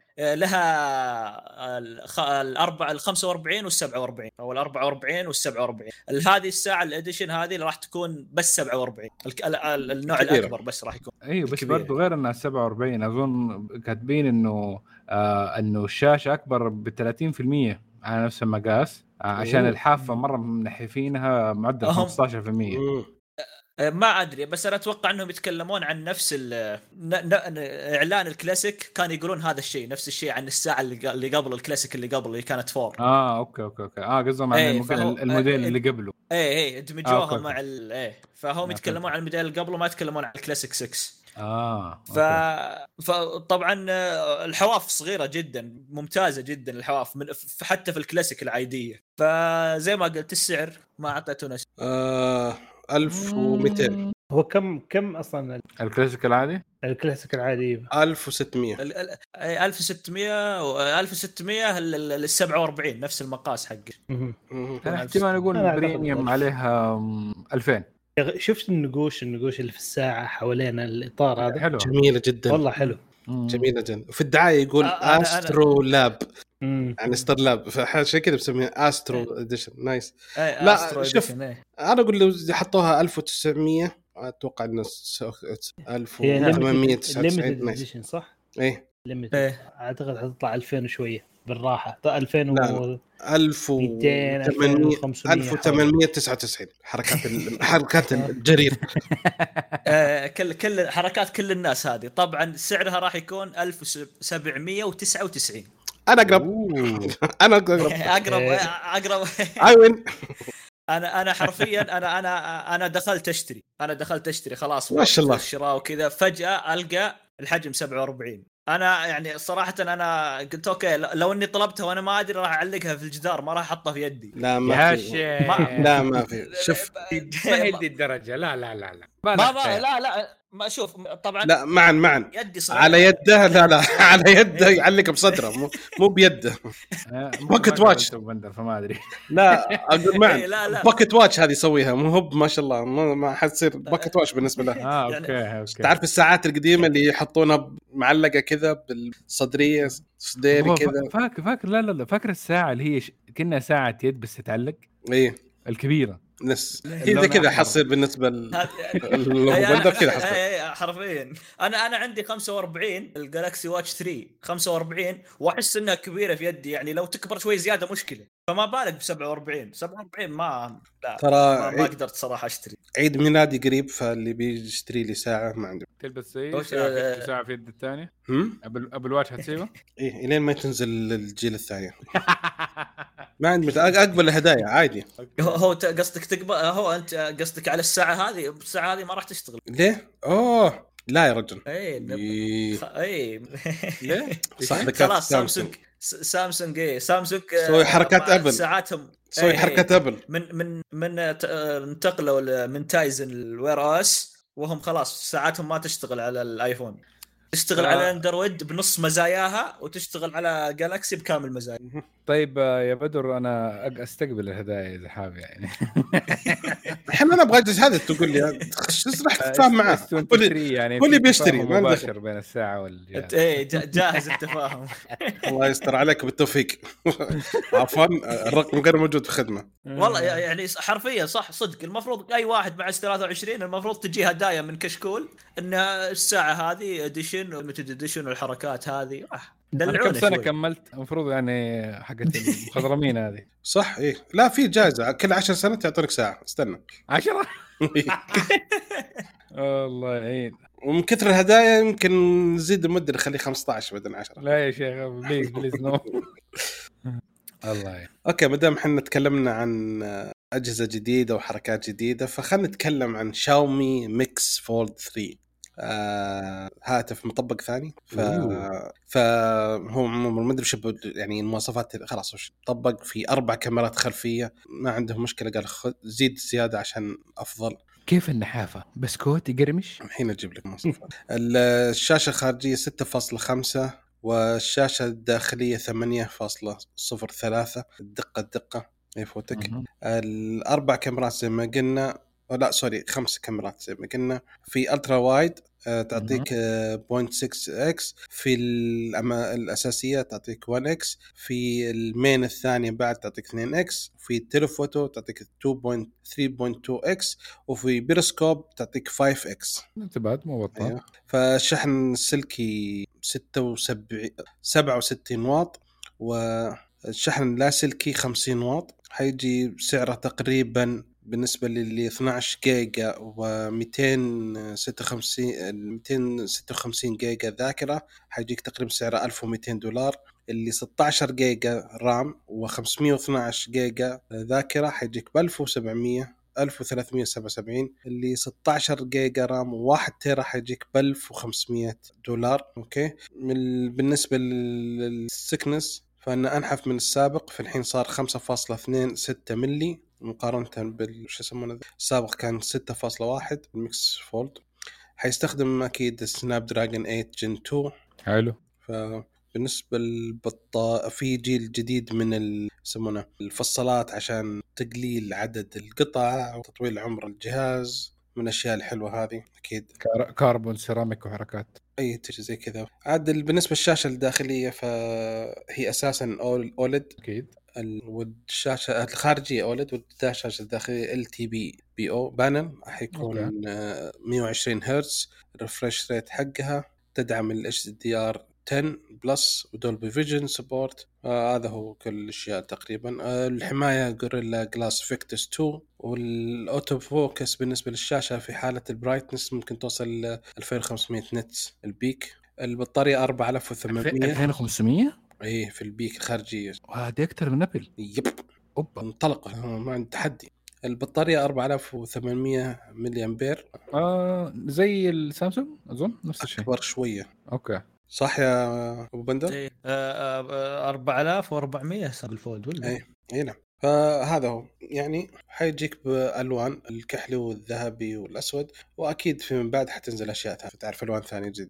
لها الأربعة الخمسة وأربعين والسبعة وأربعين أو الأربعة وأربعين والسبعة وأربعين. هذه الساعة الإديشن هذه راح تكون بس سبعة وأربعين النوع كبير. الأكبر بس راح يكون أيوة بس برضو غير أنها سبعة وأربعين أظن كاتبين إنه آه إنه الشاشة أكبر بثلاثين في المية على نفس المقاس آه عشان الحافة مرة منحفينها معدل خمسة عشر في المية. ما ادري، بس انا اتوقع انهم يتكلمون عن نفس ال ن... ن... اعلان الكلاسيك كان يقولون هذا الشيء، نفس الشيء عن الساعه اللي اللي قبل الكلاسيك اللي قبل اللي كانت فور. اه اوكي اوكي اوكي اه قصدهم عن ايه الموديل, فهو... الموديل اللي قبله. ايه ايه دمجوها آه مع ال... ايه فهم يتكلمون عن الموديل اللي قبله، ما يتكلمون عن الكلاسيك ستة. اه ف... فطبعا الحواف صغيره جدا، ممتازه جدا الحواف من حتى في الكلاسيك العاديه. فزي ما قلت السعر ما اعطيتونا آه ألف ومئتين. هو كم كم اصلا الكلاسيك العادي؟ الكلاسيك العادي ألف وستمية. ألف وستمية و ألف وستمية لل سبعة وأربعين نفس المقاس حقه. انا احتمال اقول بريميوم عليها ألفين. شفت النقوش النقوش اللي في الساعه حوالين الاطار هذا حلو. جميله جدا والله حلو. جميله جدا. في الدعايه يقول أنا استرو أنا لاب مم. يعني ستار لاب، فعشان كذا بسميها استرو اديشن. نايس. أي لا شوف ايه. انا اقول لو حطوها ألف وتسعمية اتوقع انه ألف وثمانمية وتسعة وتسعين نايس صح. ايه ليميتد إيه. اعتقد حتطلع ألفين وشويه بالراحه. ألفين و ألف وثمانمية ألف وثمانمية وتسعة وتسعين. حركات ال... حركات الجرير. كل كل حركات كل الناس هذه. طبعا سعرها راح يكون ألف وسبعمية وتسعة وتسعين. انا اقرب. انا اقرب اقرب اقرب ايوين. انا انا حرفيا انا انا انا دخلت اشتري انا دخلت اشتري خلاص ما شاء الله الشراء وكذا، فجاه القى الحجم سبعة وأربعين. انا يعني صراحه انا قلت اوكي لو اني طلبتها وانا ما ادري راح اعلقها في الجدار، ما راح احطها في يدي. لا ما في ما لا ما في. شوف ما هي دي الدرجه. لا لا لا لا ما ما لا لا ما اشوف طبعا. لا معا معا يدي صغيرة. على يده. لا لا على يده يعلق بصدره مو مو بيده. باكت واتش فما ادري. لا اقول معا باكت واتش هذه يسويها مو هو ما شاء الله ما حتصير باكت واتش بالنسبه له. اه اوكي اوكي. تعرف الساعات القديمه اللي يحطونها معلقه كذا بالصدريه صديري كذا. فاكر فاكر لا لا لا فاكر الساعه اللي هي ش... كنا ساعه يد بس تعلق. ايه الكبيره نس اذا كذا حصير بالنسبه للبندر كذا حصير حرفيا. انا انا عندي خمسة وأربعين الجالكسي واتش ثري خمسة وأربعين واحس انها كبيره في يدي، يعني لو تكبر شوي زياده مشكله، فما بالك ب سبعة وأربعين. سبعة وأربعين ما لا ترى ما, ما قدرت صراحه اشتري. عيد ميلادي قريب، فاللي بيشتري لي ساعه ما عنده. تلبس اي ساعه, ساعة في يد الثانيه ابل ابل واتش حتسيبه. ايه الين ما تنزل الجيل الثاني. ما عندي اقبل الهدايا عادي. هو قصدك تقبل، هو انت قصدك على الساعه هذه؟ الساعه هذه ما راح تشتغل ليه؟ اوه لا يا رجل. اي اي ليه صح. خلاص سامسونج سامسونج ايه سامسونج سوي حركات ابل. ساعاتهم سوي ايه حركات ابل من من من انتقلوا من تايزن الوير او اس، وهم خلاص ساعاتهم ما تشتغل على الايفون، تشتغل آه. على اندرويد بنص مزاياها وتشتغل على جالاكسي بكامل مزاياها. طيب يا بدر انا استقبل الهدايا اذا حاب يعني. الحين انا ابغى اجلس هذا تقول لي اشرح تفاهم معاه كل يعني كل بيشتري مباشر بين الساعه والجهاز. ايه جاهز التفاهم. الله يستر عليك بالتوفيق. عفوا الرقم غير موجود في الخدمه. والله يعني حرفيا صح صدق. المفروض اي واحد مع ثلاثة وعشرين المفروض تجي هدايا من كشكول ان الساعه هذه اديشن والميتد اديشن والحركات هذه. أنا كم سنة كملت المفروض يعني حقت المخضرمين هذه صح. إيه لا في جائزة كل عشر سنة تعطيك ساعة. استنى عشرة. الله يعين. ومن كثر الهدايا يمكن نزيد المدة نخليه خمسة عشر بدل عشرة. لا يا شيخ بليز بليز نو. الله يعين. أوكي مدام إحنا تكلمنا عن أجهزة جديدة وحركات جديدة، فخلنا نتكلم عن شاومي ميكس فولد ثري. آه هاتف مطبق ثاني. ف فهو ما ادري شو يعني المواصفات خلاص وش طبق في اربع كاميرات خلفيه، ما عنده مشكله قال خذ زيد زياده عشان افضل. كيف النحافه بسكوت يقرمش. الحين اجيب لك مواصفات. الشاشه الخارجيه ستة فاصلة خمسة والشاشه الداخليه ثمانية فاصلة صفر ثلاثة. الدقه الدقه يفوتك. الاربع كاميرات زي ما قلنا، لا سوري خمس كاميرات زي ما قلنا. في الترا وايد تعطيك صفر فاصلة ستة إكس، في الأساسية تعطيك واحد إكس، في المين الثانية بعد تعطيك اثنين إكس، في التلفوتو تعطيك ثلاثة فاصلة اثنين إكس، وفي بيرسكوب تعطيك خمسة إكس. انتبهت مو بطال. أيوه. فالشحن السلكي ستة وسبعين سبعة وستين واط، والشحن اللاسلكي خمسين واط. حيجي سعره تقريبا بالنسبة للي اثناشر جيجا و256 مئتين وستة وخمسين جيجا ذاكرة حيجيك تقريبا سعره ألف ومئتين دولار. اللي ستة عشر جيجا رام و512 جيجا ذاكرة حيجيك ب ألف وسبعمية ألف وثلاثمية وسبعة وسبعين. اللي ستة عشر جيجا رام وواحد تيرا حيجيك ب ألف وخمسمية دولار. اوكي. من بالنسبة للسكنس فأنا أنحف من السابق، في الحين صار خمسة فاصلة اثنين ستة ملي مقارنة بالش يسمونه السابق كان ستة فاصلة واحد الميكس فولد. حيستخدم أكيد سناب دراجون ثمانية جن اثنين. حلو. فبالنسبة للبطاقة في جيل جديد من يسمونه الفصلات عشان تقليل عدد القطع وتطويل عمر الجهاز، من الأشياء الحلوة هذه أكيد. كار... كاربون سيراميك وحركات أي تجي زي كذا. عاد بالنسبة للشاشة الداخلية فهي أساسا أولد أكيد، والشاشة الخارجية أولد والشاشة الداخلية ال تي بي بي او بانل حيكون مية وعشرين هرتز. الريفرش ريت حقها تدعم ال إتش دي آر عشرة بلس ودولبي فيجن سبورت. آه هذا هو كل الاشياء تقريبا. آه الحمايه جوريلا جلاس فيكتس اثنين، والاوتو فوكس بالنسبه للشاشه في حاله البرايتنس ممكن توصل ل ألفين وخمسمية نتس البيك. البطاريه أربعة آلاف وثمانمية ألفين وخمسمية ايه في البيك الخارجيه. وهذا اكثر من ابل. يب اوبا انطلق ما عند تحدي. البطاريه أربعة آلاف وثمانمية ملي امبير. آه زي السامسونج اظن نفس الشيء، اكبر شويه. اوكي صح يا ابو بندر؟ ايه أربعة آلاف وأربعمية حساب الفولد ولا ايه اي نعم. فهذا هو يعني حيجيك بألوان الكحلي والذهبي والأسود، وأكيد في من بعد حتنزل أشياء ثانية تعرف ألوان ثانية جديدة.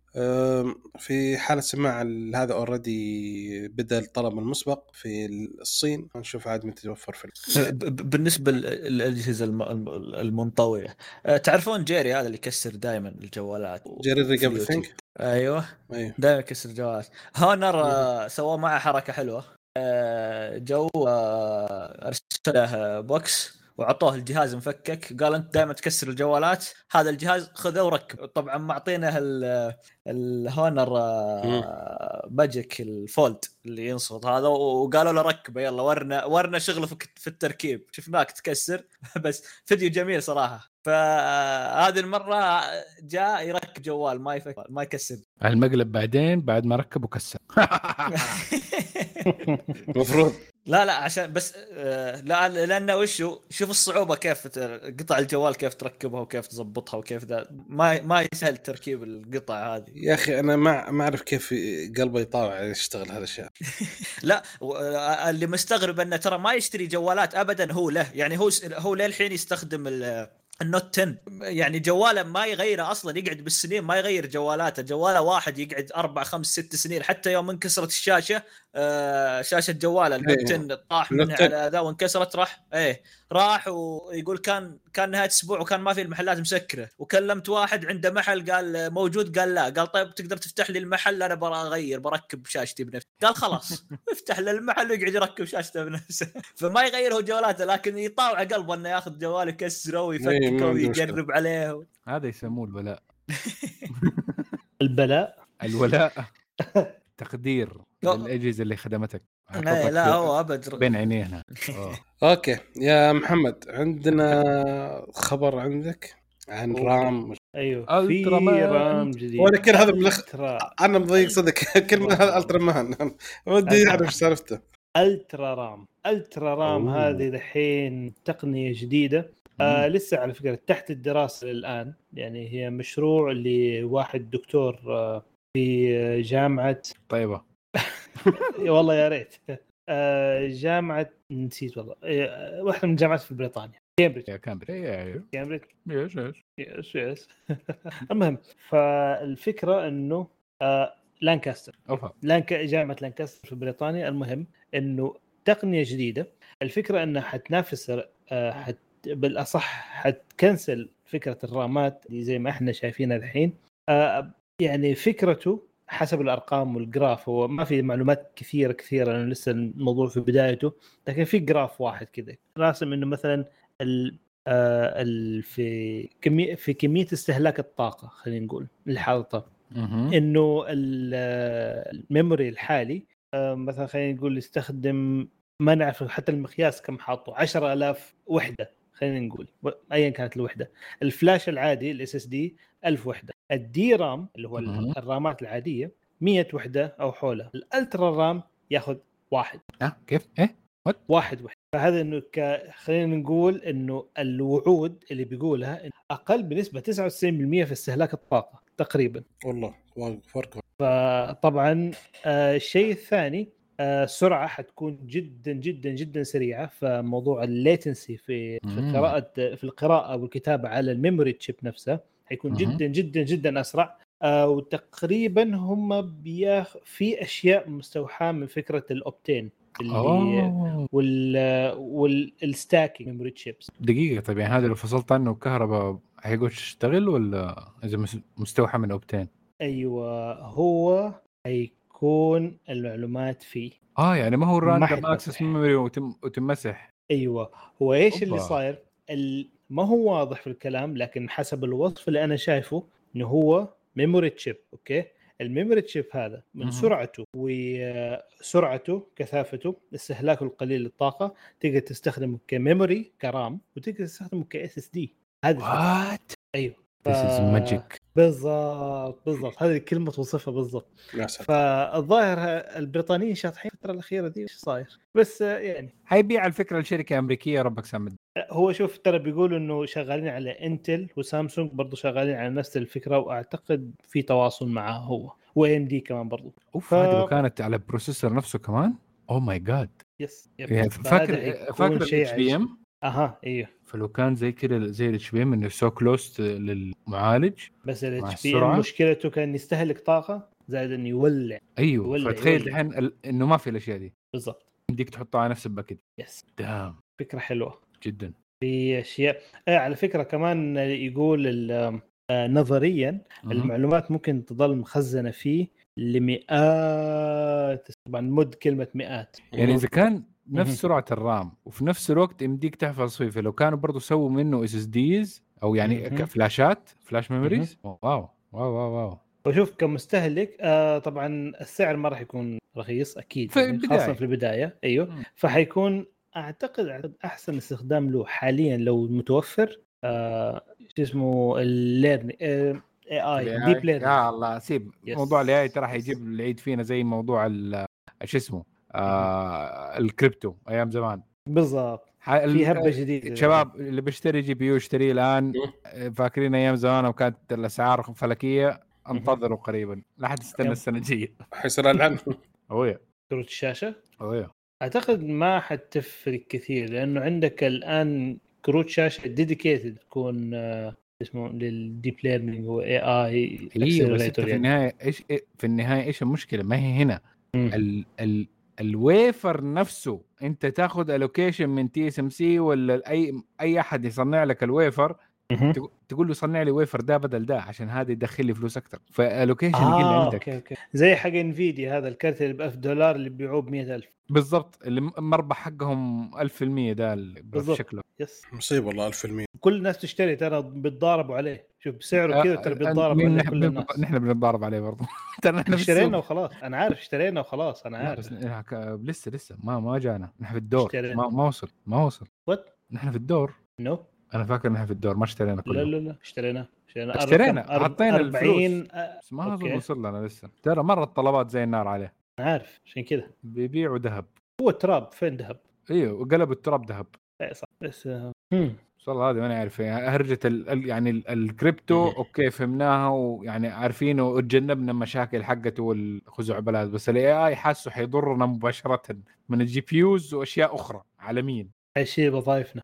في حالة سماع هذا أوردي بدأ الطلب المسبق في الصين، نشوف عاد متى يتوفر في بالنسبة للأجهزة المنطوية. تعرفون جيري هذا اللي يكسر دائما الجوالات، جيري ريجابل ثينك. أيوه, أيوه. دائما يكسر الجوالات. هونر سوى معه حركة حلوة، جو أرسله بوكس وعطوه الجهاز مفكك، قال أنت دائما تكسر الجوالات، هذا الجهاز خذه وركب. طبعا معطينه الهونر ماجيك الفولد اللي ينصت هذا، وقالوا له ركبه يلا ورنا ورنا شغله في التركيب، شفناك تكسر بس فيديو جميل صراحة. فهذه المرة جاء يركب جوال ما يفك ما يكسر المقلب بعدين بعد ما ركب وكسر. مفروض لا لا عشان بس لا لأنه وشو شوف الصعوبة كيف قطع الجوال كيف تركبها وكيف تضبطها وكيف ذا ما ما يسهل تركيب القطع هذه يا أخي. أنا ما ما أعرف كيف قلبه يطاوع يشتغل هذا الشيء. لا اللي مستغرب أنه ترى ما يشتري جوالات أبدا هو له، يعني هو هو للحين يستخدم النوت عشرة، يعني جواله ما يغيره أصلا، يقعد بالسنين ما يغير جوالاته. جواله واحد يقعد أربع خمس ست سنين، حتى يوم انكسرت الشاشة آه شاشة جواله النوت عشرة طاح منها على ذا وانكسرت، راح ايه راح ويقول كان كان نهاية أسبوع وكان ما في المحلات مسكرة، وكلمت واحد عنده محل قال موجود، قال لا، قال طيب تقدر تفتح لي المحل أنا بغير بركب شاشتي بنفسي، قال خلاص افتح له المحل ويقعد يركب شاشته بنفسه. فما يغيره جوالاته، لكن يطاوع قلبه انه ياخذ جواله يكسره ويفككه ويجرب عليه. هذا يسموه البلاء. البلاء الولاء تقدير للأجهزة اللي خدمتك. لا, لا هو أبد بين عينينا. أوكي يا محمد، عندنا خبر عندك عن أوه. رام. أيوه في رام جديد. وأنا كل هذا ملخ... أنا مضيق صدق كلمة هذا ألترا مان ودي أعرف سالفته. ألترا رام ألترا رام أوه. هذه دحين تقنية جديدة آه لسه على فكرة تحت الدراسة الآن، يعني هي مشروع لواحد دكتور آه في جامعة طيبة والله يا ريت آه جامعة نسيت والله آه واحدة من الجامعات في بريطانيا، كامبريدج. يا كامبريدج كامبريدج يس يس يس يس المهم فالفكرة إنه آه لانكاستر لانك جامعة لانكاستر في بريطانيا. المهم إنه تقنية جديدة، الفكرة إنها حتنافس آه حت بالأصح حتكنسل فكرة الرامات اللي زي ما احنا شايفينها الحين. آه يعني فكرته حسب الأرقام والجراف، هو ما في معلومات كثيرة كثيرة لأنه لسه الموضوع في بدايته، لكن في جراف واحد كذا راسم إنه مثلا ال آه ال في كمية في كمية استهلاك الطاقة، خلينا نقول الحاطة إنه الميموري الحالي آه مثلا خلينا نقول يستخدم، ما نعرف حتى المقياس كم حاطه، عشرة آلاف وحدة خلينا نقول ايا كانت الوحده. الفلاش العادي الاس اس دي ألف وحده، الدي رام اللي هو الرامات العاديه مية وحده او حولها، الالترا رام ياخذ واحد. اه كيف ايه What؟ واحد وحده. فهذا انه ك... خلينا نقول انه الوعود اللي بيقولها إن اقل بنسبه تسعة وتسعين بالمية في استهلاك الطاقه تقريبا. والله فرق. فطبعا آه الشيء الثاني آه السرعه حتكون جدا جدا جدا سريعه. فموضوع الليتنسي في في قراءه في القراءه والكتابه على الميموري تشيب نفسه حيكون مم. جدا جدا جدا اسرع. آه وتقريبا هم بياخ في اشياء مستوحاه من فكره الاوبتين اللي أوه. وال والستاكينج ميموري تشيبس. دقيقه طيب يعني هذا لو فصلت عنه الكهرباء هيقعد يشتغل ولا اذا مستوحى من اوبتين؟ ايوه هو هيكون المعلومات فيه اه يعني ما هو الراندوم اكسس ميموري وتم وتمسح. ايوه هو ايش أوبا. اللي صاير ال... ما هو واضح في الكلام لكن حسب الوصف اللي انا شايفه انه هو ميموري تشيب. اوكي الميموري تشيب هذا من م- سرعته وسرعته كثافته استهلاكه القليل للطاقه تقدر تستخدمه كميموري كرام وتقدر تستخدمه كاس اس دي. هذا ايوه This is magic. بالضبط بالضبط هذه الكلمه توصفها بالضبط. فالظاهر البريطانيين شاطحين الفتره الاخيره دي. ايش صاير بس يعني حيبيع الفكره لشركه امريكيه ربك سامد. هو شوف ترى بيقولوا انه شغالين على انتل وسامسونج برضو شغالين على نفس الفكره واعتقد في تواصل معه هو وام دي كمان برضو. اوف هذه لو كانت على البروسيسور نفسه كمان او ماي جاد. يس يعني فاكر فاكر الاتش بي ام. اها ايوه فلو كان زي كده زي الاتش بي ام انه سو كلوست للمعالج. بس الاتش بي ام مشكلته كان يستهلك طاقه زائد انه يولع. ايوه فتخيل الحين ال... انه ما في الاشياء دي بالضبط بدك تحطها على نفس الباكيت. يس دام فكره حلوه جدا. في اشياء آه على فكره كمان يقول آه نظريا م- المعلومات ممكن تظل مخزنه فيه لمئات طبعا مد كلمه مئات يعني اذا كان نفس سرعه الرام وفي نفس الوقت يمديك تحفظ فيه. فلو كانوا برضو سووا منه اس اس ديز او يعني فلاشات فلاش ميموريز واو واو واو واو. وشوف كمستهلك آه طبعا السعر ما راح يكون رخيص اكيد يعني خاصه في البدايه. ايوه م- فحيكون اعتقد احسن استخدام له حاليا لو متوفر آه شو اسمه الليرن اي اي ديب ليرن. يا الله سيب يس. موضوع الاي اي ترى حيجيب العيد فينا زي موضوع شو اسمه آه الكريبتو ايام زمان بالضبط. في هبه جديده شباب اللي بيشتري جي بي يو يشتريه الان. فاكرين ايام زمان وكانت الاسعار فلكيه. انتظروا قريبا لا حد يستنى السنه الجايه حيصير العن اويا كروت الشاشه اويا. اعتقد ما حتفرق كثير لانه عندك الان كروت شاشه ديديكيتد تكون آه اسمه للديب ليرنينج واي اي. ايوه بس في النهايه ايش في النهايه ايش المشكله؟ ما هي هنا ال ال الويفر نفسه انت تاخذ الوكيشن من تي اس ام سي ولا اي اي احد يصنع لك الويفر تقول له صنع لي ويفر ده بدل ده عشان هذا يدخل لي فلوس اكثر. فالوكيشن آه يقل عندك. أوكي أوكي. زي حق انفيديا هذا الكرت اللي ب ألف دولار اللي بيبيعوه ب مئة ألف بالضبط اللي مربح حقهم ألف بالمية ده بشكله. يس مصيبه والله ألف بالمية. كل الناس تشتري ترى بيتضاربوا عليه. شوف بسعره كذا ترى بيتضارب عليه كل الناس. نحن بنتضارب عليه برضه ترى احنا اشترينا وخلاص. انا عارف اشترينا وخلاص انا عارف لسه لسه ما ما جانا. نحن في الدور ما, ما وصل ما وصل وات نحن في الدور نو no. انا فاكر نحن في الدور ما اشترينا كله. لا لا لا اشترينا اشترينا اشترينا حطينا الفلوس بس ما اظن وصل لنا لسه. ترى مره الطلبات زي النار عليه. انا عارف عشان كذا بيبيعوا ذهب. هو تراب فين ذهب؟ ايوه وقلبوا التراب ذهب. اي صح بس امم والله هذه ما نعرف هرجه ال... يعني ال... الكريبتو اوكي فهمناها ويعني عارفين وتجنبنا مشاكل حقته والخزعبلات. بس الاي اي حاسه حيضرنا مباشره من الجي بي يوز واشياء اخرى عالميا. هالشيء وظائفنا.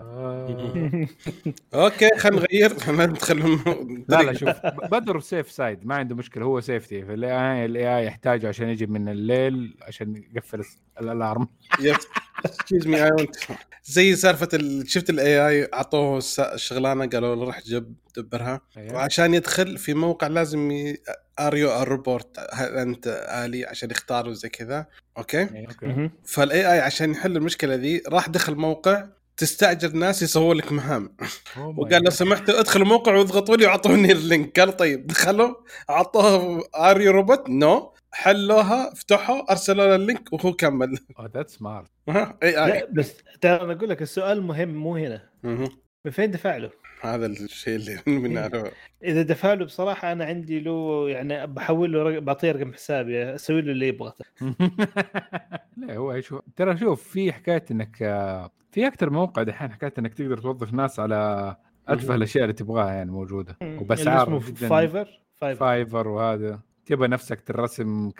آه. اوكي خلينا نغير ما ندخل. لا لا شوف بدر سيف سايد ما عنده مشكله. هو سيفتي في الاي اي. الاي اي يحتاجه عشان يجي من الليل عشان يقفل الالارم. يس اكسكيوز مي اي ونت زي سالفه شفت الاي اي عطوه الشغلانه قالوا له روح جب دبرها. أيوة. وعشان يدخل في موقع لازم اريو الريبورت انت آلي عشان يختاروا زي كذا. اوكي, أوكي. فالاي اي عشان يحل المشكله ذي راح دخل موقع تستأجر ناس يسووا لك مهام. وقال لو سمحتوا ادخلوا الموقع واضغطوا لي وعطوني اللينك. قال طيب دخلوا عطوه اريو روبوت نو حلوها فتحوا ارسلوا له اللينك وهو كمل. اوه ذات سمارت. اي اي لا بس ترى انا اقول لك السؤال مهم مو هنا من فين دفع له. هذا الشيء اللي بنعرفه. اذا دفع له بصراحه انا عندي له يعني بحول له رق... بعطيه رقم حسابي اسوي له اللي يبغاه. لا هو شو ترى شوف في حكايه انك في اكثر موقع دحين حكايه انك تقدر توظف ناس على اتفه الاشياء اللي تبغاها يعني موجوده وباسعار جدا. فايفر فايفر, فايفر وهذا تبى نفسك ترسم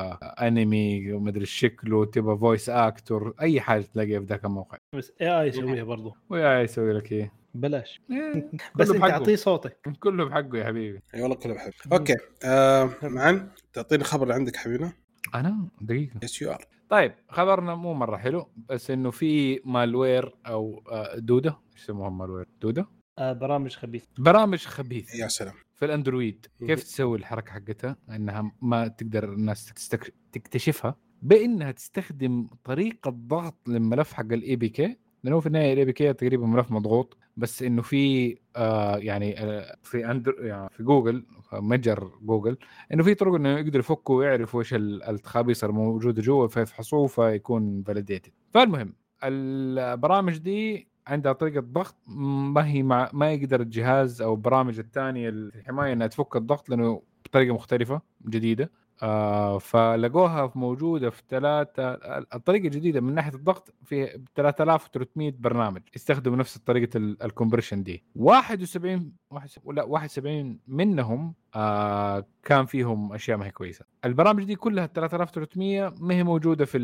كانمي ومدري الشكل وتبى فويس اكتور اي حاجه تلاقيها في ذاك الموقع بس اي اي يسويها برضه ويا يسوي لك ايه بلاش إيه. بس انت تعطيه صوتك كله بحقه يا حبيبي. اي والله كله بحقه. اوكي آه معن تعطيني خبر اللي عندك حبيبنا. انا دقيقه اس يو ار. طيب خبرنا مو مره حلو بس انه في مالوير او دوده ايش يسموها مالوير دوده آه برامج خبيثه برامج خبيثه يا سلام في الاندرويد. كيف تسوي الحركه حقتها انها ما تقدر الناس تستك... تكتشفها بانها تستخدم طريقه ضغط للملف حق الاي بي كي لانه في النهايه الاي بي كي تقريبا ملف مضغوط بس انه في آه يعني آه في اندر يعني في جوجل متجر جوجل انه في طرق انه يقدر يفكوا ويعرفوا ايش الخبيث الموجوده جوا فيفحصوه فيكون فاليديتد. فالمهم البرامج دي عندها طريقه ضغط ما هي مع ما يقدر الجهاز او البرامج الثانيه الحمايه انها تفك الضغط لانه بطريقه مختلفه جديده. آه فلقوها موجوده في ثلاثه الطريقه الجديده من ناحيه الضغط في ثلاثة آلاف وثلاثمية برنامج يستخدموا نفس طريقه الكومبريشن دي. واحد وسبعين ولا واحد وسبعين منهم آه كان فيهم اشياء ما هي كويسه. البرامج دي كلها ثلاثة آلاف وثلاثمية ما هي موجوده في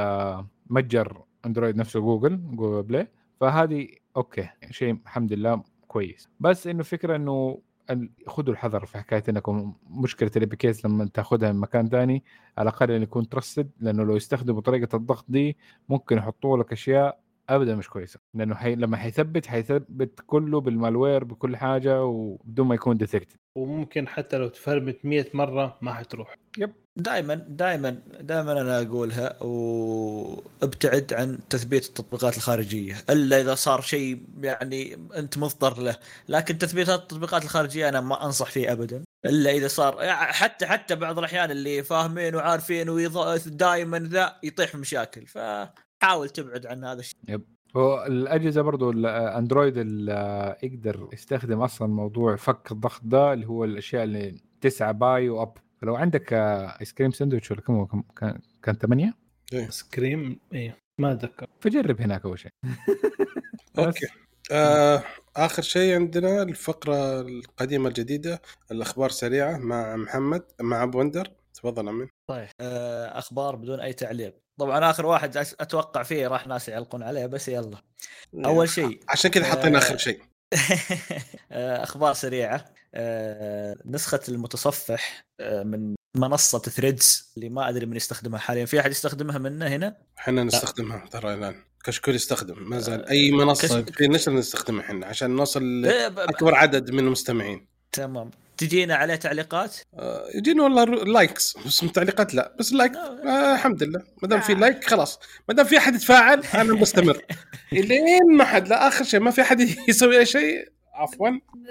المتجر اندرويد نفسه جوجل جوجل بلاي فهذه اوكي شيء الحمد لله كويس. بس انه فكره انه خذوا الحذر في حكايه انكم مشكله الابيكيس لما تاخذها من مكان ثاني على الاقل ان يكون ترستد لانه لو يستخدموا طريقه الضغط دي ممكن يحطوا لك اشياء ابدا مش كويسه لانه حي... لما حيثبت حيثبت كله بالمالوير بكل حاجه وبدون ما يكون ديتكتد وممكن حتى لو تفرمت مية مره ما حتروح. يب دائما دائما دائما انا اقولها وابتعد عن تثبيت التطبيقات الخارجيه الا اذا صار شيء يعني انت مضطر له. لكن تثبيتات التطبيقات الخارجيه انا ما انصح فيه ابدا الا اذا صار حتى حتى بعض الاحيان اللي فاهمين وعارفين ودائما ذا يطيح في مشاكل فحاول تبعد عن هذا الشيء. يب هو الاجهزه برضو الاندرويد اللي يقدر يستخدم اصلا موضوع فك الضغط ده اللي هو الاشياء اللي تسعة باي واب. فلو عندك ايس كريم ساندويتش ولا كم كان كان ثمانية ايس كريم ايه ما اتذكر فجرب هناك اول شيء. اوكي آه اخر شيء عندنا الفقره القديمه الجديده الاخبار سريعه مع محمد مع ابو وندر. تفضل عمي. طيب آه اخبار بدون اي تعليق. طبعا اخر واحد اتوقع فيه راح ناس يعلقون عليه بس يلا اول شيء عشان كذا حطينا اخر شيء. اخبار سريعه. نسخه المتصفح من منصه ثريدز اللي ما ادري من يستخدمها حاليا. في احد يستخدمها منه هنا؟ احنا نستخدمها ترى الان كشكول يستخدم ما زال اي منصه كش... في نشر نستخدمها احنا عشان نوصل اكبر عدد من المستمعين. تمام. تجينا عليه تعليقات؟ آه يجينا والله لايكس بس تعليقات لا بس لايك آه الحمد لله ما دام في لايك خلاص ما دام في احد يتفاعل انا بستمر لين ما حد لا اخر شيء ما في احد يسوي اي شيء عفوا.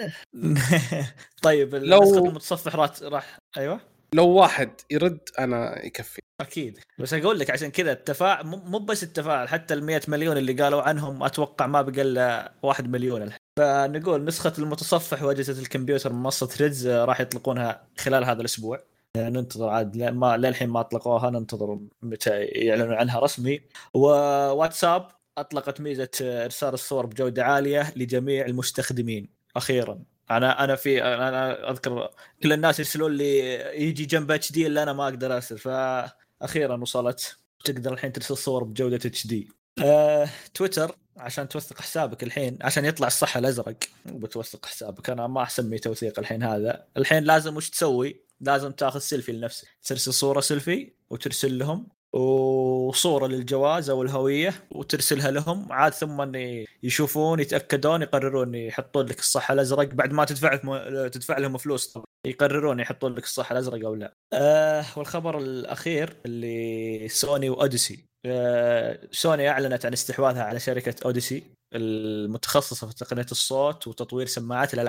طيب لو المتصفح راح راح ايوه لو واحد يرد انا يكفي اكيد. بس اقول لك عشان كذا التفاعل مو بس التفاعل حتى المية مليون اللي قالوا عنهم اتوقع ما بقى واحد مليون الحين. فنقول نسخه المتصفح واجهزه الكمبيوتر منصه ثريدز راح يطلقونها خلال هذا الاسبوع. ننتظر عاد ما للحين ما اطلقوها ننتظر متى يعلنوا عنها رسمي. وواتساب اطلقت ميزه ارسال الصور بجوده عاليه لجميع المستخدمين اخيرا. انا انا في انا اذكر كل الناس يرسلون لي يجي جنب اتش دي اللي انا ما اقدر ارسل فاخيرا وصلت تقدر الحين ترسل صور بجوده اتش دي. أه، تويتر عشان توثق حسابك الحين عشان يطلع الصح الازرق بتوثق حسابك. انا ما اسميه توثيق الحين هذا الحين لازم وش تسوي لازم تاخذ سيلفي لنفسك ترسل صوره سيلفي وترسل لهم وصورة للجواز أو الهوية وترسلها لهم عاد ثم يشوفون يتأكدون يقررون يحطون لك الصح الأزرق بعد ما تدفع تدفع لهم فلوس طبعا يقررون يحطون لك الصح الأزرق أو لا. آه والخبر الأخير اللي سوني وأوديسي. آه سوني أعلنت عن استحواذها على شركة أوديسي المتخصصة في تقنية الصوت وتطوير سماعات الألعاب.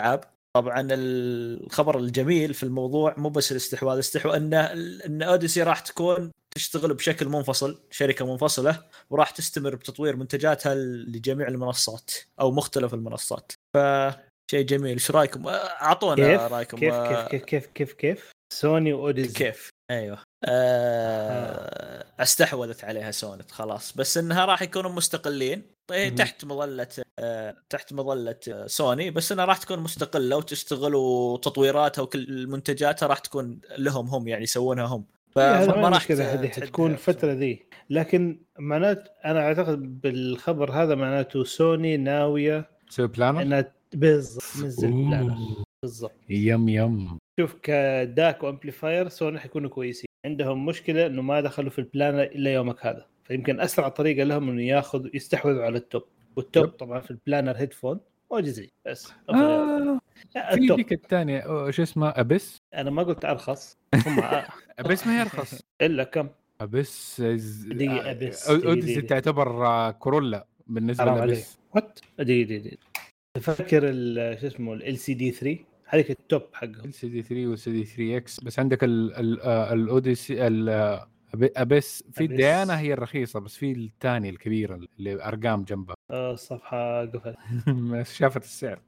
طبعا الخبر الجميل في الموضوع مو بس الاستحواذ استحواذ ان ان اوديسي راح تكون تشتغل بشكل منفصل، شركه منفصله، وراح تستمر بتطوير منتجاتها لجميع المنصات او مختلف المنصات. فشيء جميل. ايش رايكم؟ اعطونا رايكم. كيف كيف كيف كيف كيف كيف سوني واوديسي كيف ايوه أه... استحوذت عليها سوني خلاص، بس انها راح يكونوا مستقلين تحت مظله أه... تحت مظله سوني، بس انها راح تكون مستقله وتشتغل وتطويراتها وكل منتجاتها راح تكون لهم هم، يعني يسوونها هم. فما راح كذا حتكون الفتره ذي. لكن معناته انا اعتقد بالخبر هذا معناته سوني ناويه تسوي بلانر انها بالضبط تنزل بلانر بالضبط. يم يم شوف كداك وامبليفاير سوني حيكونوا كويسين. عندهم مشكله انه ما دخلوا في البلانر الا يومك هذا، فيمكن اسرع طريقه لهم انه ياخذ يستحوذوا على التوب. والتوب يب. طبعا في البلانر هيدفون وجزي بس. آه في ذيك الثانيه شو اسمها ابس. انا ما قلت ارخص هم ابس ما يرخص الا كم ابس دقيقه ابس اوديسي تعتبر كورولا بالنسبه لابس. وات دقيقه دقيقه تفكر شو اسمه ال سي دي ثري هذيك التوب حقه ال سي دي ثري وال سي دي ثري اكس، بس عندك الاوديسي ابس في ديانا هي الرخيصه، بس في الثاني الكبيره اللي ارقام جنبها. اه الصفحه قفلت بس شافت السعر.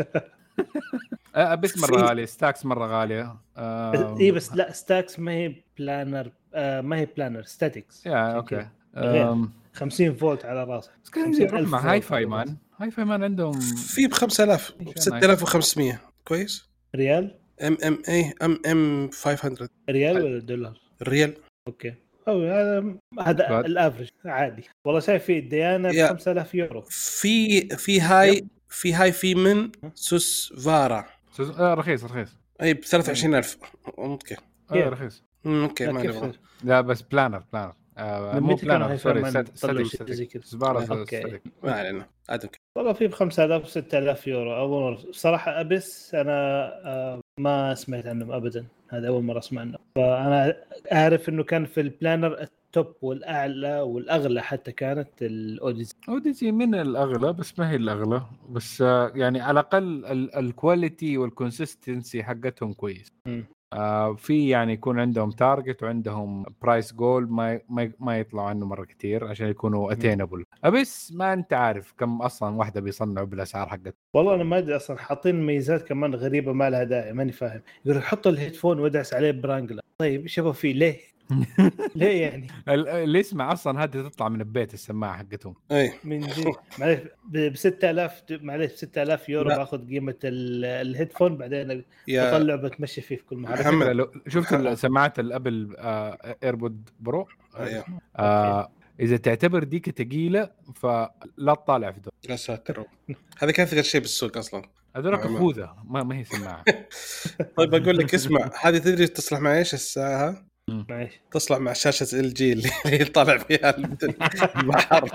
ابس مره غاليه، ستاكس مره غاليه. آه اي بس لا ستاكس ما هي بلانر، آه ما هي بلانر ستاتيكس. يا اوكي خمسين فولت على راسه. كان يروح مع هاي فاي مان. هاي فاي مان عندهم في ب خمسة آلاف ستة آلاف وخمسمية كويس. ريال ام ام اي ام ام خمسمية ريال ولا دولار؟ ريال. اوكي او هذا هذا الافرج عادي. والله شايف في ديانا ب خمسة آلاف يورو. في في هاي يب. في هاي في من سوس فارا سوس... آه رخيص رخيص اي ب ثلاثة وعشرين ألف. اوكي اه رخيص اوكي ما نبغى. لا بس بلانر بلانر آه مو بلانر سوري ستاتيك سبارة ما علينا عادي. والله في ب خمسة آلاف ستة آلاف يورو. أول صراحة أبس أنا آه ما سمعت عنهم أبدا، هذا أول مرة أسمع عنه. فأنا أعرف إنه كان في البلانر التوب والأعلى والأغلى حتى كانت الأوديسي. أوديسي من الأغلى بس ما هي الأغلى، بس آه يعني على الأقل الكواليتي والكونسيستنسي حقتهم كويس. م. آه في يعني يكون عندهم تارجت وعندهم برايس جول ما ما ما يطلعوا عنه مره كتير عشان يكونوا اتينبل. بس ما انت عارف كم اصلا واحده بيصنعوا بالاسعار حقتها. والله انا ما ادري اصلا حاطين ميزات كمان غريبه ما لها داعي، ماني فاهم. يقول حط الهيدفون وادعس عليه برانجلا. طيب شباب فيه ليه ليه يعني اللي يسمع اصلا هذه تطلع من البيت السماعه حقتهم اي من جد. معلش ب ستة آلاف معلش ستة آلاف يورو باخذ قيمه الهيدفون بعدين اطلع بتمشي فيه في كل محل. شفت سماعات الابل ايربود برو ايوه آه اذا تعتبر ديك ثقيله فلا تطالع في دول. يا ساتر هذا كان ثقيل شيء بالسوق اصلا. هذولك خوذه ما ما هي سماعه. طيب اقول لك اسمع هذه تدري تصلح مع ايش الساعه؟ ماشي تصلح مع شاشه ال جي اللي طالع فيها البحر.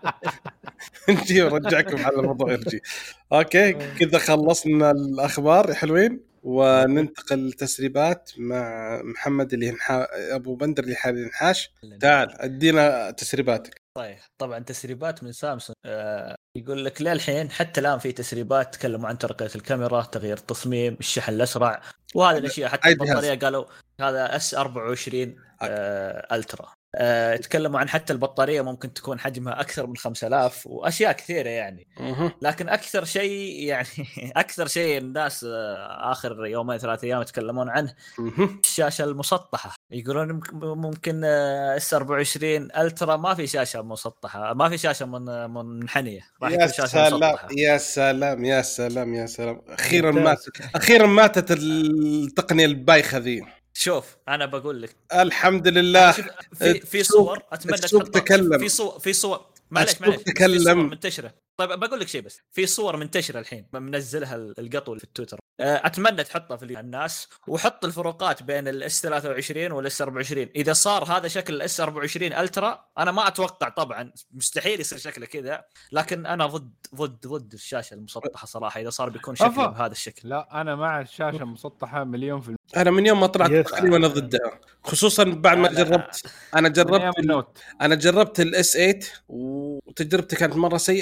نجي ورجعكم على موضوع ال جي. اوكي كذا خلصنا الاخبار حلوين وننتقل لتسريبات مع محمد اللي ينحا... ابو بندر اللي حاليا ينحاش. تعال ادينا تسريباتك. طيب طبعا تسريبات من سامسونج. آه يقول لك للحين حتى الان في تسريبات تكلموا عن ترقية الكاميرا، تغيير التصميم، الشحن الاسرع وهذه الاشياء. حتى البطاريه قالوا هذا اس أربعة وعشرين آه الترا. آه تكلموا عن حتى البطاريه ممكن تكون حجمها اكثر من خمسة آلاف واشياء كثيره يعني. لكن اكثر شيء يعني اكثر شيء الناس آه اخر يومين ثلاث ايام يتكلمون عنه الشاشه المسطحه. يقولون ممكن اس أربعة وعشرين الترا ما في شاشه مسطحه، ما في شاشه من منحنيه، راح يكون شاشه مسطحه. يا سلام يا سلام يا سلام اخيرا ماتت اخيرا ماتت التقنيه البايخه ذي. شوف انا بقول لك الحمد لله في في صور اتمنى تحطها في صور في صور معلش معلش في صور منتشره. طيب بقول لك شيء بس في صور منتشره الحين منزلها القطو في التويتر اتمنى تحطها في الناس وحط الفروقات بين الاس ثلاثة وعشرين والاس أربعة وعشرين. اذا صار هذا شكل الاس أربعة وعشرين الترا انا ما اتوقع طبعا مستحيل يصير شكله كذا، لكن انا ضد ضد ضد الشاشه المسطحه صراحه. اذا صار بيكون شكله بهذا الشكل. لا انا مع الشاشه المسطحه مليون في المية. انا من يوم ما طلعت تقريبا انا ضدها، خصوصا بعد ما جربت. انا جربت انا جربت الاس ثمانية وتجربتي كانت مره سيئه عشان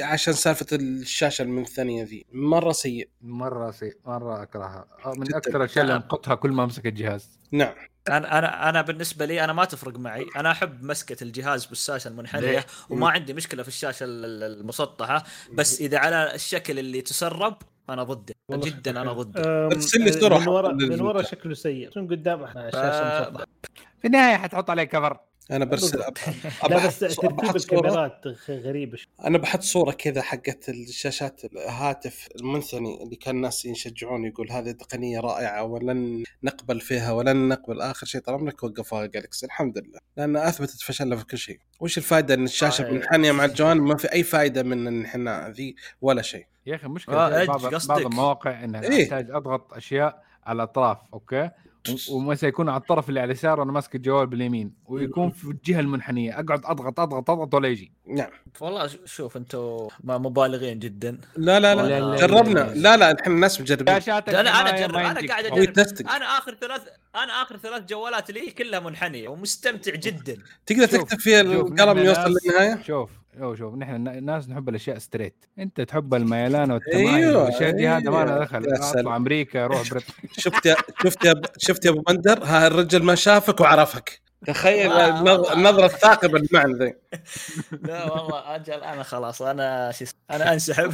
سالفه الشاشه المنثنيه ذي مره سيء مره سيء مره اكرهها من جداً. اكثر الاشياء اللي انقطها كل ما امسك الجهاز. نعم انا انا انا بالنسبه لي انا ما تفرق معي، انا احب مسكه الجهاز بالشاشه المنحنيه وما عندي مشكله في الشاشه المسطحه، بس اذا على الشكل اللي تسرب انا ضده جدا، انا ضده. ارسل لي صوره من ورا من ورا شكله سيء، من قدام احنا الشاشه مسطحه، في النهايه حتحط عليه كفر. انا برسل أب... لا بس ترتيب الكاميرات غريب. انا بحط صوره كذا حقت الشاشات الهاتف المنثني اللي كان الناس يشجعون يقول هذه تقنيه رائعه ولن نقبل فيها ولن نقبل. اخر شيء طلبنا لك وقفها جالكسي الحمد لله، لان اثبتت فشلها في كل شيء. وش الفائده ان الشاشه منحنيه مع الجوانب؟ ما في اي فائده من الانحناء ذي ولا شيء يا اخي مشكله آه بعض بعض المواقع انها إيه؟ تحتاج اضغط اشياء على الاطراف اوكي، ومثلا يكون على الطرف اللي على اليسار وانا ماسك الجوال باليمين ويكون في الجهه المنحنيه اقعد اضغط اضغط اضغط ولا يجي. نعم والله شوف انتم ما مبالغين جدا. لا لا لا, لا جربنا لا لا, لا احنا الناس مجربين. لا انا انا جرب انا قاعد اجرب. انا اخر ثلاث انا اخر ثلاث جوالات لي كلها منحنيه ومستمتع جدا. تقدر تكتب فيها القلم يوصل للنهايه. شوف شوف شوف نحن الناس نحب الاشياء ستريت، انت تحب الميلان والتمايل أيوة والاشياء دي. هذا ما انا دخل يا سلام. اطلع امريكا اروح بريطانيا. شفت يا شفت يا شفت يا ابو بندر، ها الرجل ما شافك وعرفك. تخيل النظره الثاقبه المعنى ذي. لا والله اجل انا خلاص انا شو انا انسحب.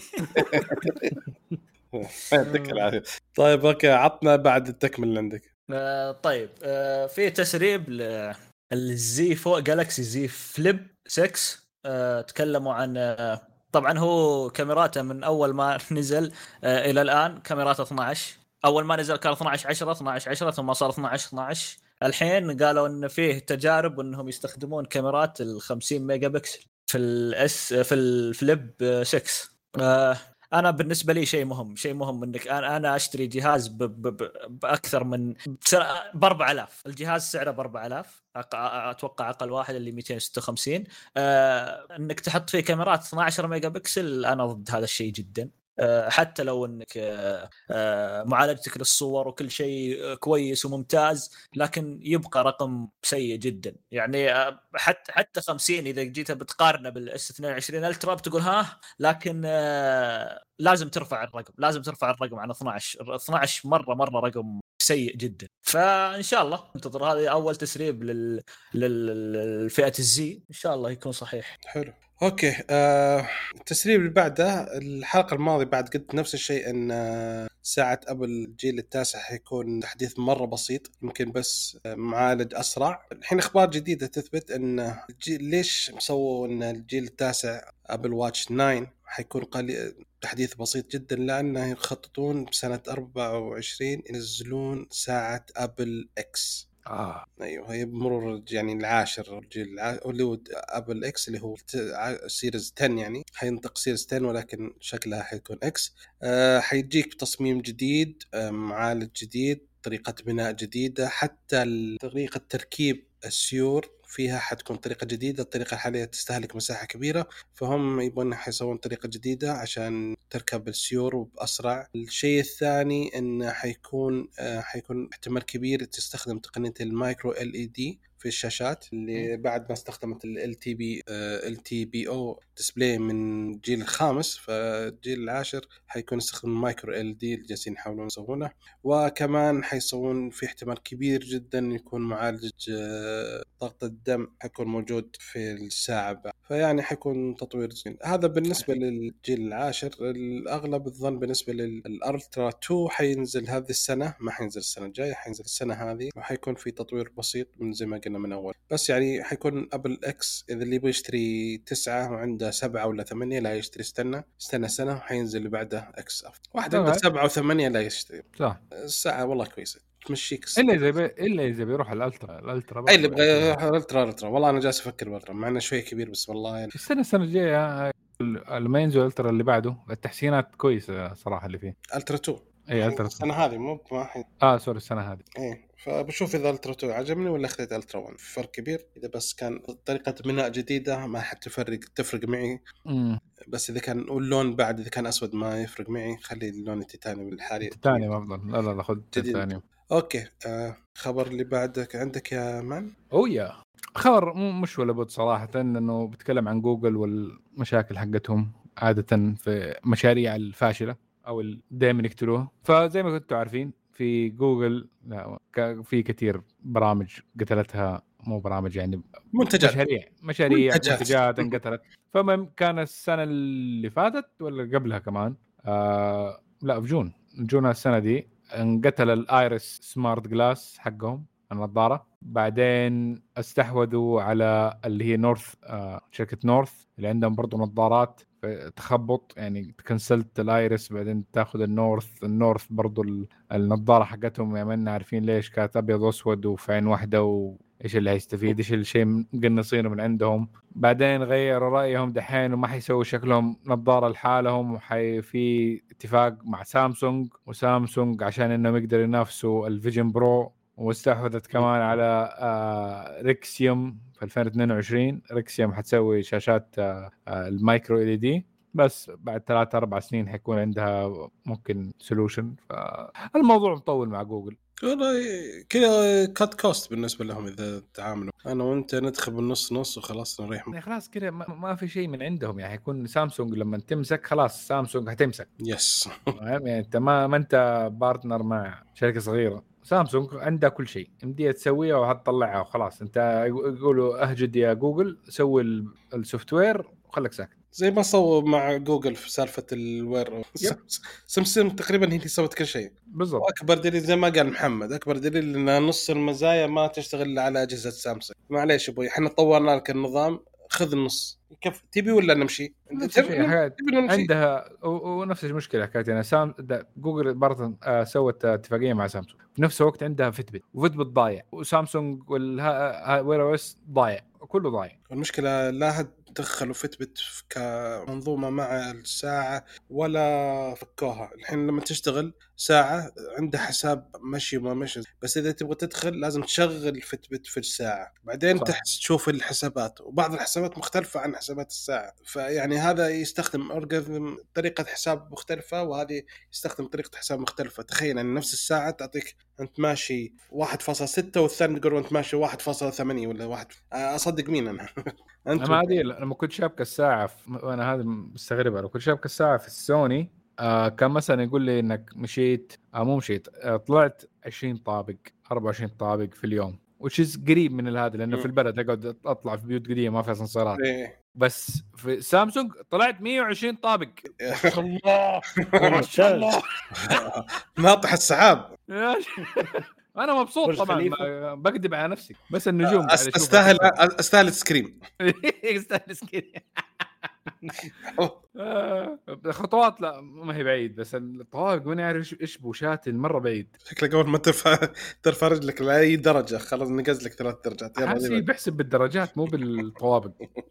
يعطيك العافيه. طيب اوكي عطنا بعد التكمل اللي عندك. آه طيب آه في تسريب للزي فوق جالكسي زي فليب ستة. آه تكلموا عن آه طبعا هو كاميراته من اول ما نزل آه الى الان كاميرات اثناشر. اول ما نزل كان اثناشر عشرة اثناشر عشرة ثم صار اثناشر اثناشر. الحين قالوا ان فيه تجارب انهم يستخدمون كاميرات ال خمسين ميجا بكسل في الاس في الفليب ستة. آه انا بالنسبه لي شيء مهم شيء مهم انك انا انا اشتري جهاز ب ب باكثر من ب أربعة آلاف. الجهاز سعره ب أربعة آلاف اتوقع اقل واحد اللي مئتين وستة وخمسين. آه انك تحط فيه كاميرات اثناشر ميجا بكسل انا ضد هذا الشيء جدا. حتى لو انك معالجتك للصور وكل شيء كويس وممتاز لكن يبقى رقم سيء جدا. يعني حتى حتى خمسين اذا جيت بتقارنه بالاس اثنين وعشرين الترا بتقول ها، لكن لازم ترفع الرقم لازم ترفع الرقم عن اثناشر اثناشر مره مره رقم سيء جدا. فان شاء الله انتظر هذه اول تسريب لل للفئه الزي ان شاء الله يكون صحيح. حلو اوكي. آه، التسريب اللي بعده الحلقه الماضيه بعد قلت نفس الشيء ان آه ساعه ابل الجيل التاسع حيكون تحديث مره بسيط يمكن بس آه معالج اسرع. الحين اخبار جديده تثبت ان ليش مسووا ان الجيل التاسع ابل واتش تسعة حيكون قليل تحديث بسيط جدا، لانه يخططون بسنه أربعة وعشرين ينزلون ساعه ابل اكس. آه. ايوه هي بمرور يعني العاشر الجيل الع... اللي هو ابل اكس اللي هو سيريز عشرة، يعني حينطق سيريز عشرة ولكن شكلها حيكون اكس. آه حيجيك بتصميم جديد، آه معالج جديد، طريقة بناء جديدة، حتى طريقة تركيب السيور فيها حتكون طريقة جديدة. الطريقة الحالية تستهلك مساحة كبيرة، فهم يبون حيسوون طريقة جديدة عشان تركب السيور وبأسرع. الشيء الثاني إنه حيكون آه حيكون احتمال كبير تستخدم تقنية المايكرو ال اي دي في الشاشات اللي بعد ما استخدمت ال تي بي ال تي بي او ديسبلاي من الجيل الخامس، فالجيل العاشر حيكون يستخدم المايكرو ال دي اللي جالسين يحاولون يسوونه. وكمان حيسوون في احتمال كبير جدا يكون معالج ضغط الدم حيكون موجود في الساعة، فيعني حيكون تطوير جميل. هذا بالنسبة للجيل العاشر. الأغلب الظن بالنسبة للألترا اثنين حينزل هذه السنة، ما حينزل السنة الجاية، حينزل السنة هذه، وحيكون في تطوير بسيط من زي ما قلنا من أول. بس يعني حيكون أبل إكس إذا اللي بيشتري تسعة وعنده سبعة ولا ثمانية لا يشتري، استنى استنى سنة وحينزل اللي بعده إكس أفضل. واحد عنده سبعة وثمانية لا يشتري. صح. الساعة والله كويسة تمشيك. إلا إذا بي... إلا إذا بيروح الألترا الألترا أي اللي يبغى يروح الألترا الألترا. والله أنا جالس أفكر بالألترا مع إنه شوية كبير بس والله يعني. السنة السنة الجاية لما ينزل الألترا اللي بعده التحسينات كويسة صراحة اللي فيه. ألترا اثنين أي ألترا السنة هذه مو واحد. آه سوري السنة هذه. إيه فبشوف إذا ألترا اثنين عجبني ولا أخذت ألترا واحد. فرق كبير إذا بس كان طريقة بناء جديدة ما حتفرق تفرق معي. مم. بس إذا كان اللون بعد إذا كان أسود ما يفرق معي، خلي اللون التيتانيوم الحالي. التيتانيوم أفضل. لا لا لا خذ التيتانيوم. أوكي آه خبر اللي بعدك عندك يا مان؟ أو يا خبر مش ولا بد صراحة، إنه بتكلم عن جوجل والمشاكل حقتهم عاده في مشاريع الفاشله او دائما يقتلوها. فزي ما كنتوا عارفين في جوجل لا في كثير برامج قتلتها، مو برامج يعني منتجات مشاريع مشاريع منتجات, منتجات انقتلت. فما كان السنه اللي فاتت ولا قبلها كمان آه لا في جون جون السنه دي انقتل الايرس سمارت جلاس حقهم النظاره. بعدين استحوذوا على اللي هي نورث آه شركه نورث اللي عندهم برضو نظارات، تخبط يعني تكنسلت الايرس بعدين تاخذ النورث. النورث برضو النظاره حقتهم يعني ما عارفين ليش كانت ابيض واسود وفي عين واحده، وايش اللي هيستفيد، ايش الشيء مقنصينه من عندهم. بعدين غيروا رايهم دحين وما حيسوي شكلهم نظاره لحالهم، وحي في اتفاق مع سامسونج وسامسونج عشان انهم يقدروا ينافسوا الفيجن برو. واستحوذت كمان على آه ريكسيوم في ألفين واثنين وعشرين. ريكسيوم حتسوي شاشات آه المايكرو ال دي، بس بعد ثلاثة أربع سنين حيكون عندها ممكن سولوشن. فالموضوع مطول مع جوجل والله كذا كات كوست بالنسبه لهم. اذا تعاملوا انا وانت ندخل بالنص نص وخلاص نريح يعني خلاص كذا ما, ما في شيء من عندهم. يعني يكون سامسونج لما تمسك خلاص سامسونج هتمسك يس يعني انت ما ما انت بارتنر مع شركه صغيره. سامسونج عندها كل شيء مديه تسويها وهتطلعها وخلاص. انت يقولوا اهجد يا جوجل سوي السوفت وير وخليك ساكت، زي ما سووا مع جوجل في سالفه الوير. سامسونج تقريبا هي اللي سوت كل شيء بالضبط. واكبر دليل زي ما قال محمد، اكبر دليل ان نص المزايا ما تشتغل على اجهزه سامسونج. معليش ابوي احنا طورنا لك النظام، خذ النص كيف تبي ولا نمشي. عندها ونفس المشكله حكايه انا سام جوجل برضه آه سوت اتفاقيه مع سامسونج في نفس الوقت عندها فيتبت، وفيتبت ضايع، وسامسونج والوير او اس ضايع، كله ضايع. المشكله لا دخلوا فيتبت كمنظومه مع الساعه ولا فكوها. الحين لما تشتغل ساعه عندها حساب مشي وما مشي، بس اذا تبغى تدخل لازم تشغل فيتبت في الساعه بعدين تحس تشوف الحسابات، وبعض الحسابات مختلفه عن حسابات الساعه. فيعني هذا يستخدم ألغوريثم طريقه حساب مختلفه، وهذه يستخدم طريقه حساب مختلفه. تخيل ان نفس الساعه تعطيك انت ماشي واحد فاصلة ستة والثاني تقول انت ماشي واحد فاصلة ثمانية ولا واحد. اصدق مين انا؟ انت ما ادري لما كنت شابك الساعه وانا هذا مستغرب لو كنت شابك الساعه في السوني آه كان مثلا يقول لي انك مشيت آه مو مشيت آه طلعت عشرين طابق أربعة وعشرين طابق في اليوم، وش قريب من هذا لانه م. في البلد اقعد اطلع في بيوت قديمه ما فيها اسانسيرات. بس في سامسونج طلعت مية وعشرين طابق. ما شاء الله ما شاء الله ناطح السحاب. انا مبسوط طبعا بكذب على نفسي، بس النجوم استاهل استاهل سكريم استاهل سكريم. خطوات لا ما هي بعيد، بس الطوابق ما نعرف ايش بوشات مره بعيد. شكلك قبل ما ترفع ترفع رجلك لاي درجه خلاص نقز لك ثلاث درجات. يلا بحسب بالدرجات مو بالطوابق.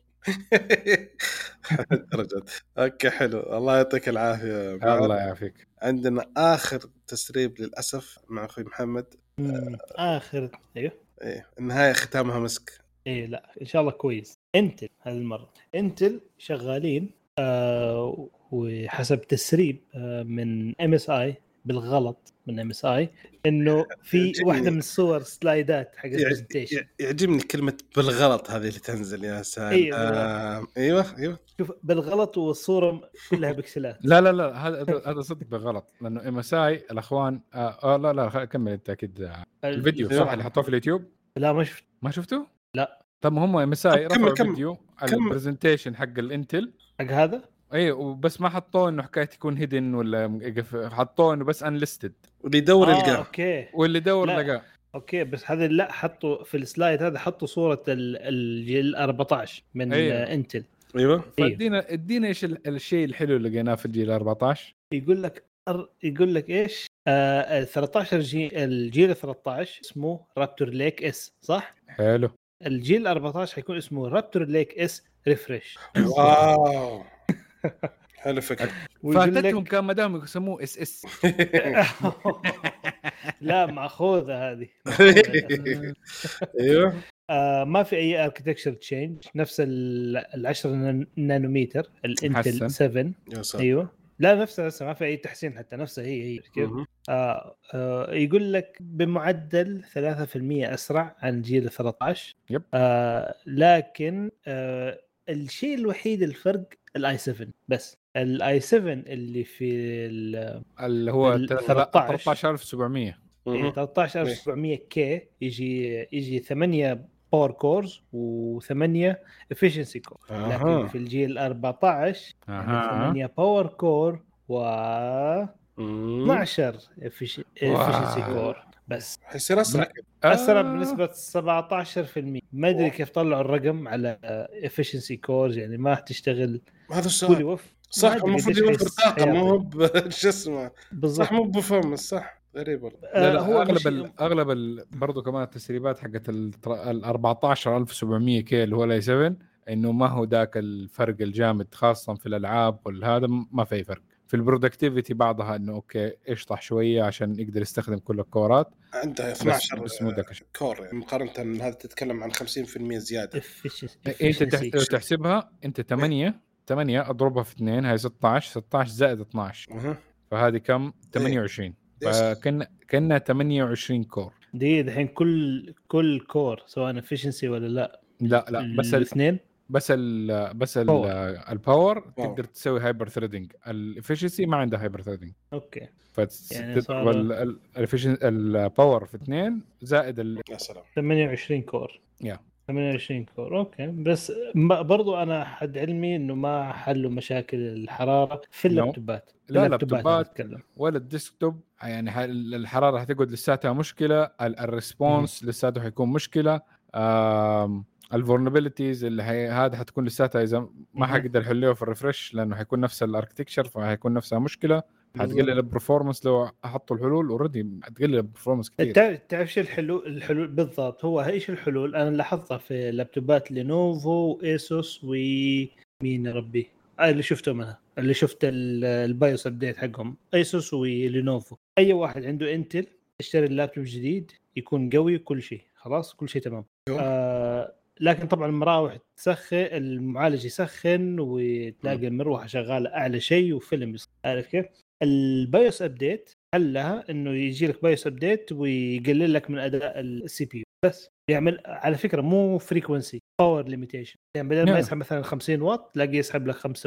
درجات. اوكي حلو، الله يعطيك العافيه. الله يعافيك. عندنا اخر تسريب للاسف مع اخوي محمد. اخر ايوه ايه النهايه ختامها مسك. ايه لا ان شاء الله كويس. انتل هذه المره انتل شغالين آه وحسب تسريب آه من ام اس اي بالغلط من ام اس اي انه في واحده من الصور سلايدات حق البرزنتيشن. يعجبني كلمه بالغلط هذه اللي تنزل يا سلام. ايوه آه ايوه ايوه شوف بالغلط والصوره كلها بكسلات. لا لا لا هذا هذا صدق بالغلط لانه ام اس اي الاخوان آه لا لا كمل انت اكيد. الفيديو صح اللي حطوه في اليوتيوب؟ لا ما شفت. ما شفته؟ لا. طب هم ام اس اي رفعوا فيديو على البرزنتيشن حق الانتل حق هذا اي، وبس ما حطوه انه حكايه يكون هيدن ولا حطوه انه بس انليستد، واللي يدور آه يلقاه. اوكي واللي يدور لقاه. اوكي بس هذا لا حطوا في السلايد هذا حطوا صوره الجيل أربعة عشر من أيوه. انتل. ايوه فادينا ادينا ايش الشيء الحلو اللي لقيناه في الجيل أربعة عشر. يقول لك يقول لك ايش آه ثلاثة عشر جي الجيل ثلاثة عشر اسمه رابتور ليك اس صح. حلو. الجيل أربعة عشر حيكون اسمه رابتور ليك اس ريفريش. واو حلو فكرة. فاتتهم كان مدام يسموه اس اس. لا ماخوذه هذه. ايوه آه ما في اي اركتكتشر تشينج، نفس العشرة نانومتر الانتل سبعة. ايوه لا نفسها ما في اي تحسين حتى نفسها هي هي كيف. آه آه يقول لك بمعدل ثلاثة بالمئة اسرع عن جيل ثلاثة عشر. يب. آه لكن آه الشيء الوحيد الفرق الاي سبعة بس. الاي سبعة اللي في اللي هو ثلاثة عشر ألف وسبعمية اي ثلاثة عشر ألف وسبعمية كي يجي يجي ثمانية باور كورز و8 افشنسي كور. لكن في الجيل أربعة عشر يعني ثمانية باور كور و اثنا عشر افشنسي كور بس. حيصير اسرع اسرع بنسبه سبعة عشر بالمية. ما ادري كيف طلعوا الرقم على افشنسي كورز، يعني ما تشتغل هذا السؤال صح. المفروض يوفر طاقه ما هو شو اسمه صح مو بفهم صح غريب والله. لا لا هو اغلب ال اغلب ال برضه كمان التسريبات حقت ال أربعة عشر ألف وسبعمية كي اللي هو الاي سبعة انه ما هو ذاك الفرق الجامد، خاصه في الالعاب والهذا ما في فرق. في البرودكتيفيتي بعضها انه اوكي اشطح شويه عشان يقدر يستخدم كل الكورات. عنده اثنا عشر بس بس كور يعني مقارنه هذا تتكلم عن خمسين بالمية زياده. انت تحسبها انت ثمانية ثمانية اضربها في اثنين هي ستة عشر ستة عشر زائد اثنا عشر أه. فهذه كم ثمانية وعشرين فكنا كنا ثمانية وعشرين كور. دي الحين كل كل كور سواء افشنسي ولا لا لا لا بس الاثنين بس ال بس ال الباور تقدر تسوي هايبر ثريدنج. الافشنسي ما عنده هايبر ثريدنج. اوكي يعني الافشنسي الباور في اثنين زائد ال ثمانية وعشرين كور يا ثمانية وعشرين كور. اوكي بس برضو انا حد علمي انه ما حلوا مشاكل الحراره في اللابتوبات. لا اللابتوبات ولا الديسكتوب يعني الحراره هتقعد لساتها مشكله. الريسبونس لساته حيكون مشكله. الفولنربيليتيز اللي هي هذا حتكون لساتها اذا ما حقدر يحلوه في الريفرش لانه حيكون نفس الاركتكتشر فهيكون نفسها مشكله. حتقلل البرفورمانس لو احطوا الحلول اوريدي حتقلل البرفورمانس كثير. تعرف شو الحلول؟ الحلول بالضبط هو ايش الحلول؟ انا لاحظتها في لابتوبات لينوفو ايسوس ومين ربي آه اللي شفته منها اللي شفت البايوس ابديت حقهم ايسوس ولينوفو. اي واحد عنده انتل يشتري اللابتوب جديد يكون قوي وكل شيء خلاص كل شيء تمام. آه لكن طبعا المراوح تسخن المعالج يسخن وتلاقي المروحه شغاله اعلى شيء وفيلم. عارف كيف؟ البايوس ابديت حلها انه يجي لك بايوس ابديت ويقلل لك من اداء السي بي يو بس. يعمل على فكره مو فريكوينسي باور ليميتيشن يعني بدل ما يسحب مثلا خمسين واط تلاقي يسحب لك خمسة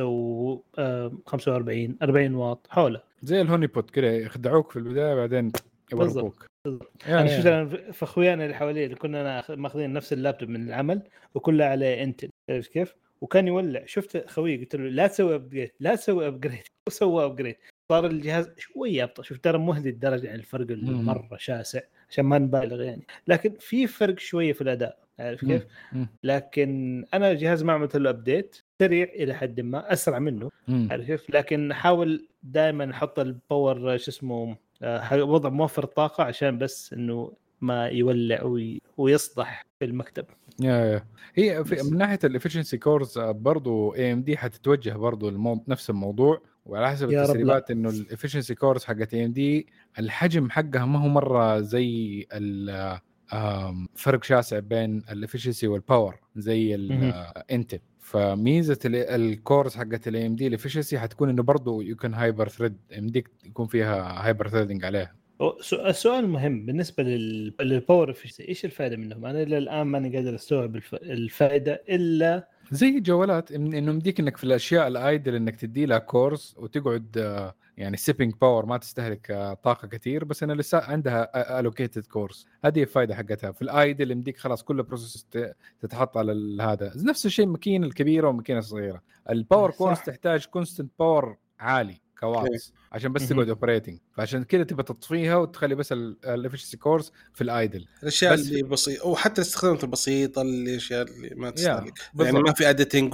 وأربعين أربعين واط حوله زي الهوني بوت كده يخدعوك في البدايه بعدين يورقوك. يعني انا شفت انا في اخويانا اللي حوالي اللي كنا انا ماخذين نفس اللابتوب من العمل وكلها على انتل عرفت كيف وكان يولع. شفت خوي قلت له لا تسوي ابجريد لا تسوي ابجريد وسوى ابجريد صار الجهاز شويه ابطا. شوف ترى مو هذه الدرجه يعني الفرق المره شاسع عشان ما نبالغ يعني لكن في فرق شويه في الاداء عارف كيف. لكن انا الجهاز ما عملت له ابديت سريع الى حد ما اسرع منه عارف كيف. لكن حاول دائما احط الباور شو اسمه وضع موفر الطاقه عشان بس انه ما يولع وي... ويصدح في المكتب. يا يا هي في من ناحيه الافشنسي كورز برضو اي ام دي حتتوجه برضو المو... نفس الموضوع وعلى حسب التسريبات انه الافشنسي كورز حقت اي ام دي الحجم حقها ما هو مره زي ال فرق شاسع بين الافشنسي والباور زي الانتل. فميزه الكورز حقت الاي ام دي الافشنسي حتكون انه برضو يمكن هايبر ثريد ام دي يكون فيها هايبر ثريدنج عليها. السؤال المهم بالنسبه للباور افشنسي ايش الفائده منهم؟ انا الى الان ماني قادر استوعب الفائده الا زي الجوالات انه مديك انك في الاشياء الايدل انك تدي لها كورس وتقعد يعني سيبينج باور ما تستهلك طاقه كثير بس انا لسه عندها الوكيتد كورس. هذه الفائده حقتها. في الايدل مديك خلاص كل بروسيس تتحط على هذا. نفس الشيء الماكينه الكبيره والماكينه الصغيره. الباور كورس تحتاج كونستنت باور عالي كواتس عشان بس تقعد اوبريتنج فعشان كذا تبى تطفيها وتخلي بس الافشنسي كورس في الايدل الاشياء اللي بسيطه او حتى الاستخدامات البسيطه الاشياء اللي ما تستهلك يعني ما في اديتنج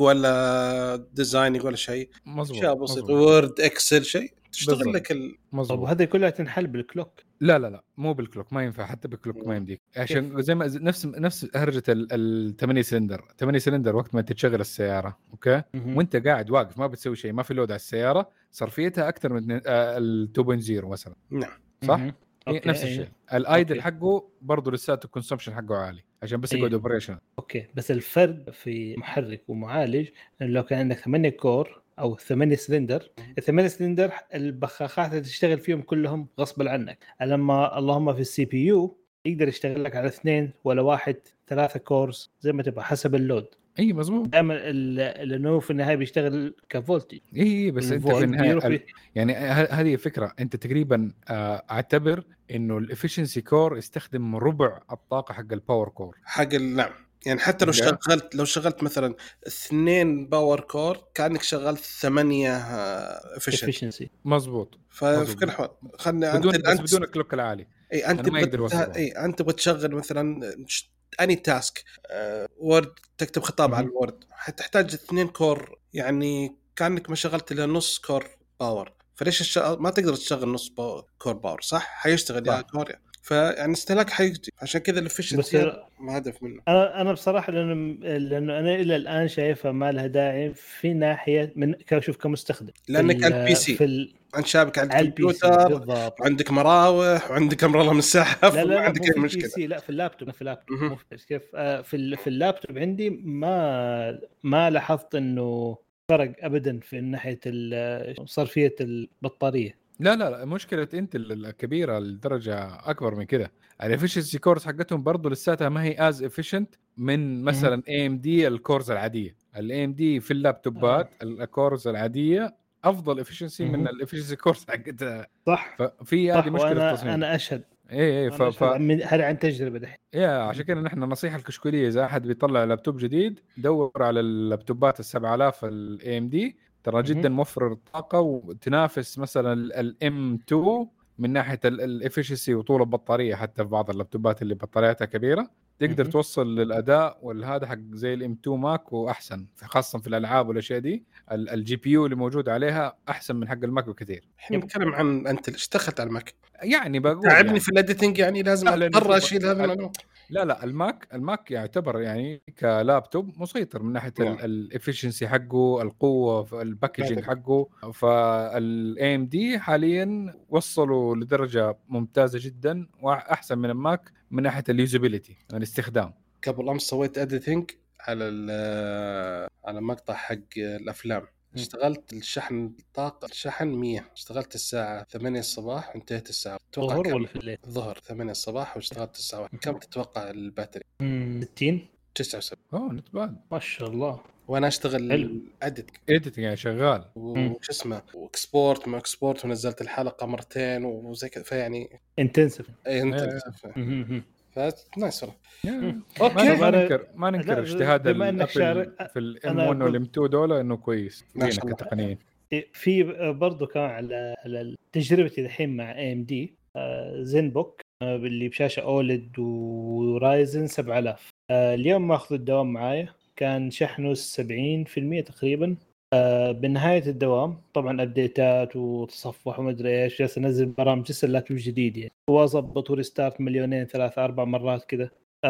ولا ديزايننج ولا شيء اشياء بسيطه وورد اكسل شيء تشتغل لك ال... وهذه كلها تنحل بالكلوك. لا لا لا مو بالكلوك ما ينفع حتى بالكلوك ما يمديك عشان زي ما نفس نفس هرجه الثمانية سلندر ثمانية سلندر وقت ما تشغل السياره اوكي م-م. وانت قاعد واقف ما بتسوي شيء ما في لود على السياره صرفيتها اكثر من ال اثنين نقطة صفر مثلا نعم صح أوكي. نفس الشيء الايدل حقه برضه لساته الكونسومشن حقه عالي عشان بس يقعد اوبريشن. اوكي بس الفرق في محرك ومعالج انه لو كان عندك ثمانية كور او ثمانية سلندر الثمانية سلندر البخاخات اللي تشتغل فيهم كلهم غصب عنك. لما اللهم في السي بي يو يقدر يشتغل لك على اثنين ولا واحد ثلاثة كورز زي ما تبغى حسب اللود اي مزبوط دائما لانه في النهايه بيشتغل كفولتج. اي بس انت في النهايه يعني هذه الفكره. انت تقريبا اعتبر انه الافشنسي كور يستخدم ربع الطاقه حق الباور كور حق نعم. يعني حتى لو شغلت لو شغلت مثلا اثنين باور كور كانك شغلت ثمانية افشنسي. مزبوط. ففكر حوال خلنا بدون انت بس بدون الكلوك العالي. اي انت بت... اي انت بتشغل مثلا اني تاسك وورد، تكتب خطاب على الوورد، حتحتاج اثنين كور، يعني كانك ما شغلت الا نص كور باور. فليش الش... ما تقدر تشغل نص باور كور باور صح؟ حيشتغل يا كور يعني. فيعني استهلاك حيجي، عشان كذا الافشنسي ما هدف منه. انا انا بصراحه لانه لانه انا الى الان شايفها ما لها داعي في ناحيه من كشوف كمستخدم، لانك انت بي سي في انت شابك على الكمبيوتر، عندك مراوح وعندك امر الله من السحف، لا لا ما عندك اي مشكله. سي لا في اللابتوب في اللابتوب مو كيف في في اللابتوب عندي ما ما لاحظت انه فرق ابدا في ناحيه صرفيه البطاريه. لا لا لا مشكله انت الكبيره لدرجه اكبر من كده. الافشنسي كورس حقتهم برضو لساتها ما هي از افيشنت من مثلا اي ام دي الكورز العاديه. الاي ام دي في اللابتوبات آه. الكورز العاديه افضل افشنسي من الافشنسي كورس حقتها صح. ففي هذه مشكله أنا التصميم. انا اشهد ايه ايه ف... ف... هذا عن تجربه دحين. يا عشان كده نحن النصيحه الكشكوليه اذا احد بيطلع لابتوب جديد دور على اللابتوبات السبعة آلاف الاي ام دي، ترى جدا موفر الطاقه وتنافس مثلا الام اثنين من ناحيه الافشنسي وطول البطاريه. حتى في بعض اللابتوبات اللي بطارياتها كبيره تقدر توصل للاداء والهذا حق زي الام اثنين ماك واحسن، خاصه في الالعاب والاشياء دي. الجي بي يو اللي موجود عليها احسن من حق الماك بكثير. احنا بنتكلم عن انت اشتغلت على الماك يعني بقول تعبني يعني. في الاديتنج، يعني لازم اضطر اشيل هذا المعلومه. لا لا الماك الماك يعتبر يعني كلابتوب مسيطر من ناحيه الافشنسي حقه، القوه، الباكجينج حقه. فالاي ام دي حاليا وصلوا لدرجه ممتازه جدا واحسن من الماك من ناحيه اليوزابيلتي الاستخدام. قبل امس سويت اديتنج على على مقطع حق الافلام، اشتغلت الشحن الطاقة الشحن مية، اشتغلت الساعة ثمانية الصباح وانتهت الساعة ظهر ولا في الليل؟ ظهر ثمانية الصباح واشتغلت الساعة كم تتوقع الباتري؟ ستين تسعة وسبعين. اوه نتباد ما شاء الله. وانا اشتغل اديت اديت يعني شغال وش اسمه واكسبورت ما اكسبورت، ونزلت الحلقة مرتين وزي كذا، فيعني انتنسف اي انتنسف فنايس والله. اوكي ما ننكر ما ننكر اجتهاد الابل في الام واحد والام اثنين دول انه كويس فينا كتقنيين. في برضو كمان على على تجربتي الحين مع اي ام دي زين بوك اللي بشاشه اولد ورايزن سبعة آلاف. اليوم ماخذ الدوام معايا كان شحنه سبعين بالمية تقريبا. بنهايه الدوام طبعا ابديتات وتصفح وما ادري ايش، جالس انزل برامج لسه اللابتوب جديد يعني، واظبط وريستارت مليونين ثلاثة اربع مرات كذا.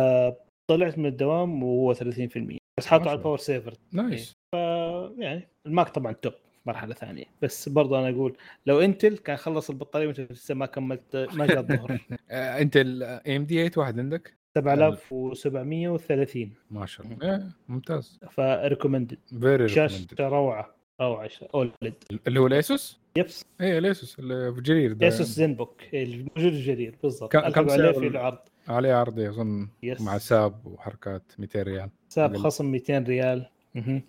طلعت من الدوام وهو ثلاثين بالمية بس حاطه على الباور سيفر. نايس. ف يعني الماك طبعا توب مرحله ثانيه، بس برضه انا اقول لو انتل كان خلص البطاريه وانت لسه ما كملت ما جاء الظهر. انت الاي ام دي ثمانية واحد عندك سبعة آلاف وسبعمية وثلاثين ما شاء الله. إيه ممتاز. فريكومندد فيري شاشه روعه روعه اولد اللي هو ليسوس. يبس ايه ليسوس اللي في جرير ده. ليسوس زين بوك الموجود في جرير بالضبط. كم عليه في العرض عليه عرض اظن مع ساب وحركات مئتين ريال. ساب خصم مئتين ريال. اها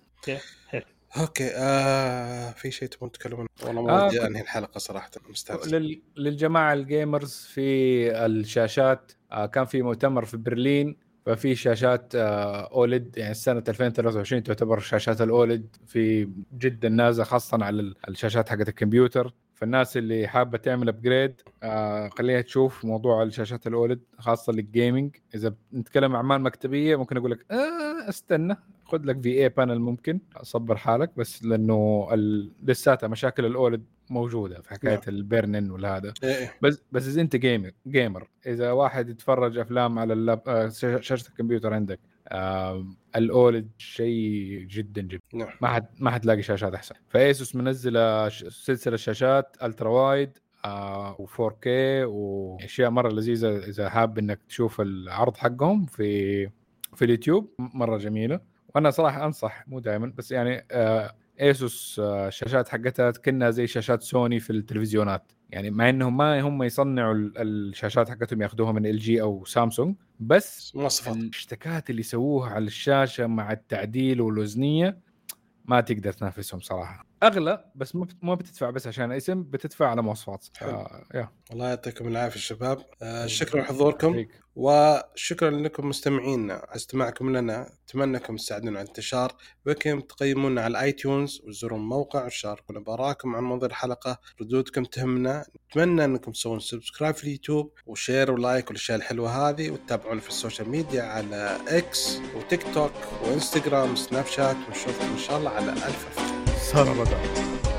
اوكي آه في شيء تبون تتكلمون؟ والله ما ودي آه انهي الحلقه صراحه مستانس. لل... للجماعه الجيمرز في الشاشات آه كان في مؤتمر في برلين، ففي شاشات آه اوليد يعني سنه ألفين وثلاثة وعشرين تعتبر شاشات الاوليد في جدا نازله خاصه على الشاشات حقت الكمبيوتر. فالناس اللي حابه تعمل ابجريد آه خليها تشوف موضوع الشاشات الاوليد خاصه للجيمنج. اذا نتكلم اعمال مكتبيه ممكن اقول لك آه استنى خذ لك في اي بانل ممكن اصبر حالك، بس لانه لساتها مشاكل الاولد موجوده في حكايه البيرنن والهذا. بس بس اذا انت جيمر جيمر اذا واحد يتفرج افلام على اللاب شاشه الكمبيوتر عندك آه الاولد شيء جدا جدا ما حد ما حتلاقي شاشات احسن. فايسوس منزله سلسله شاشات الترا وايد آه و4K واشياء مره لذيذه اذا حاب انك تشوف العرض حقهم في في اليوتيوب مره جميله. وانا صراحه انصح مو دائما بس يعني آه ايسوس الشاشات حقتها كأنها زي شاشات سوني في التلفزيونات، يعني مع انهم ما هم يصنعوا الشاشات حقتهم ياخذوها من ال جي او سامسونج، بس مواصفات الاشتكات اللي سووها على الشاشه مع التعديل والوزنيه ما تقدر تنافسهم صراحه. اغلى بس ما بتدفع بس عشان اسم، بتدفع على مواصفات. آه يا الله يعطيكم العافيه الشباب. آه شكرا لحضوركم فيك. وشكرا لكم مستمعينا على استماعكم لنا. اتمنى انكم تساعدونا على الانتشار، وكم تقيمونا على الاي تيونز وتزورون الموقع وتشاركونا براءكم عن موضوع الحلقه، ردودكم تهمنا. نتمنى انكم تسوون سبسكرايب في اليوتيوب وشير ولايك والاشياء الحلوه هذه، وتتابعونا في السوشيال ميديا على اكس وتيك توك وانستغرام وسناب شات، ونشوفكم ان شاء الله على الف الف صار رمضان.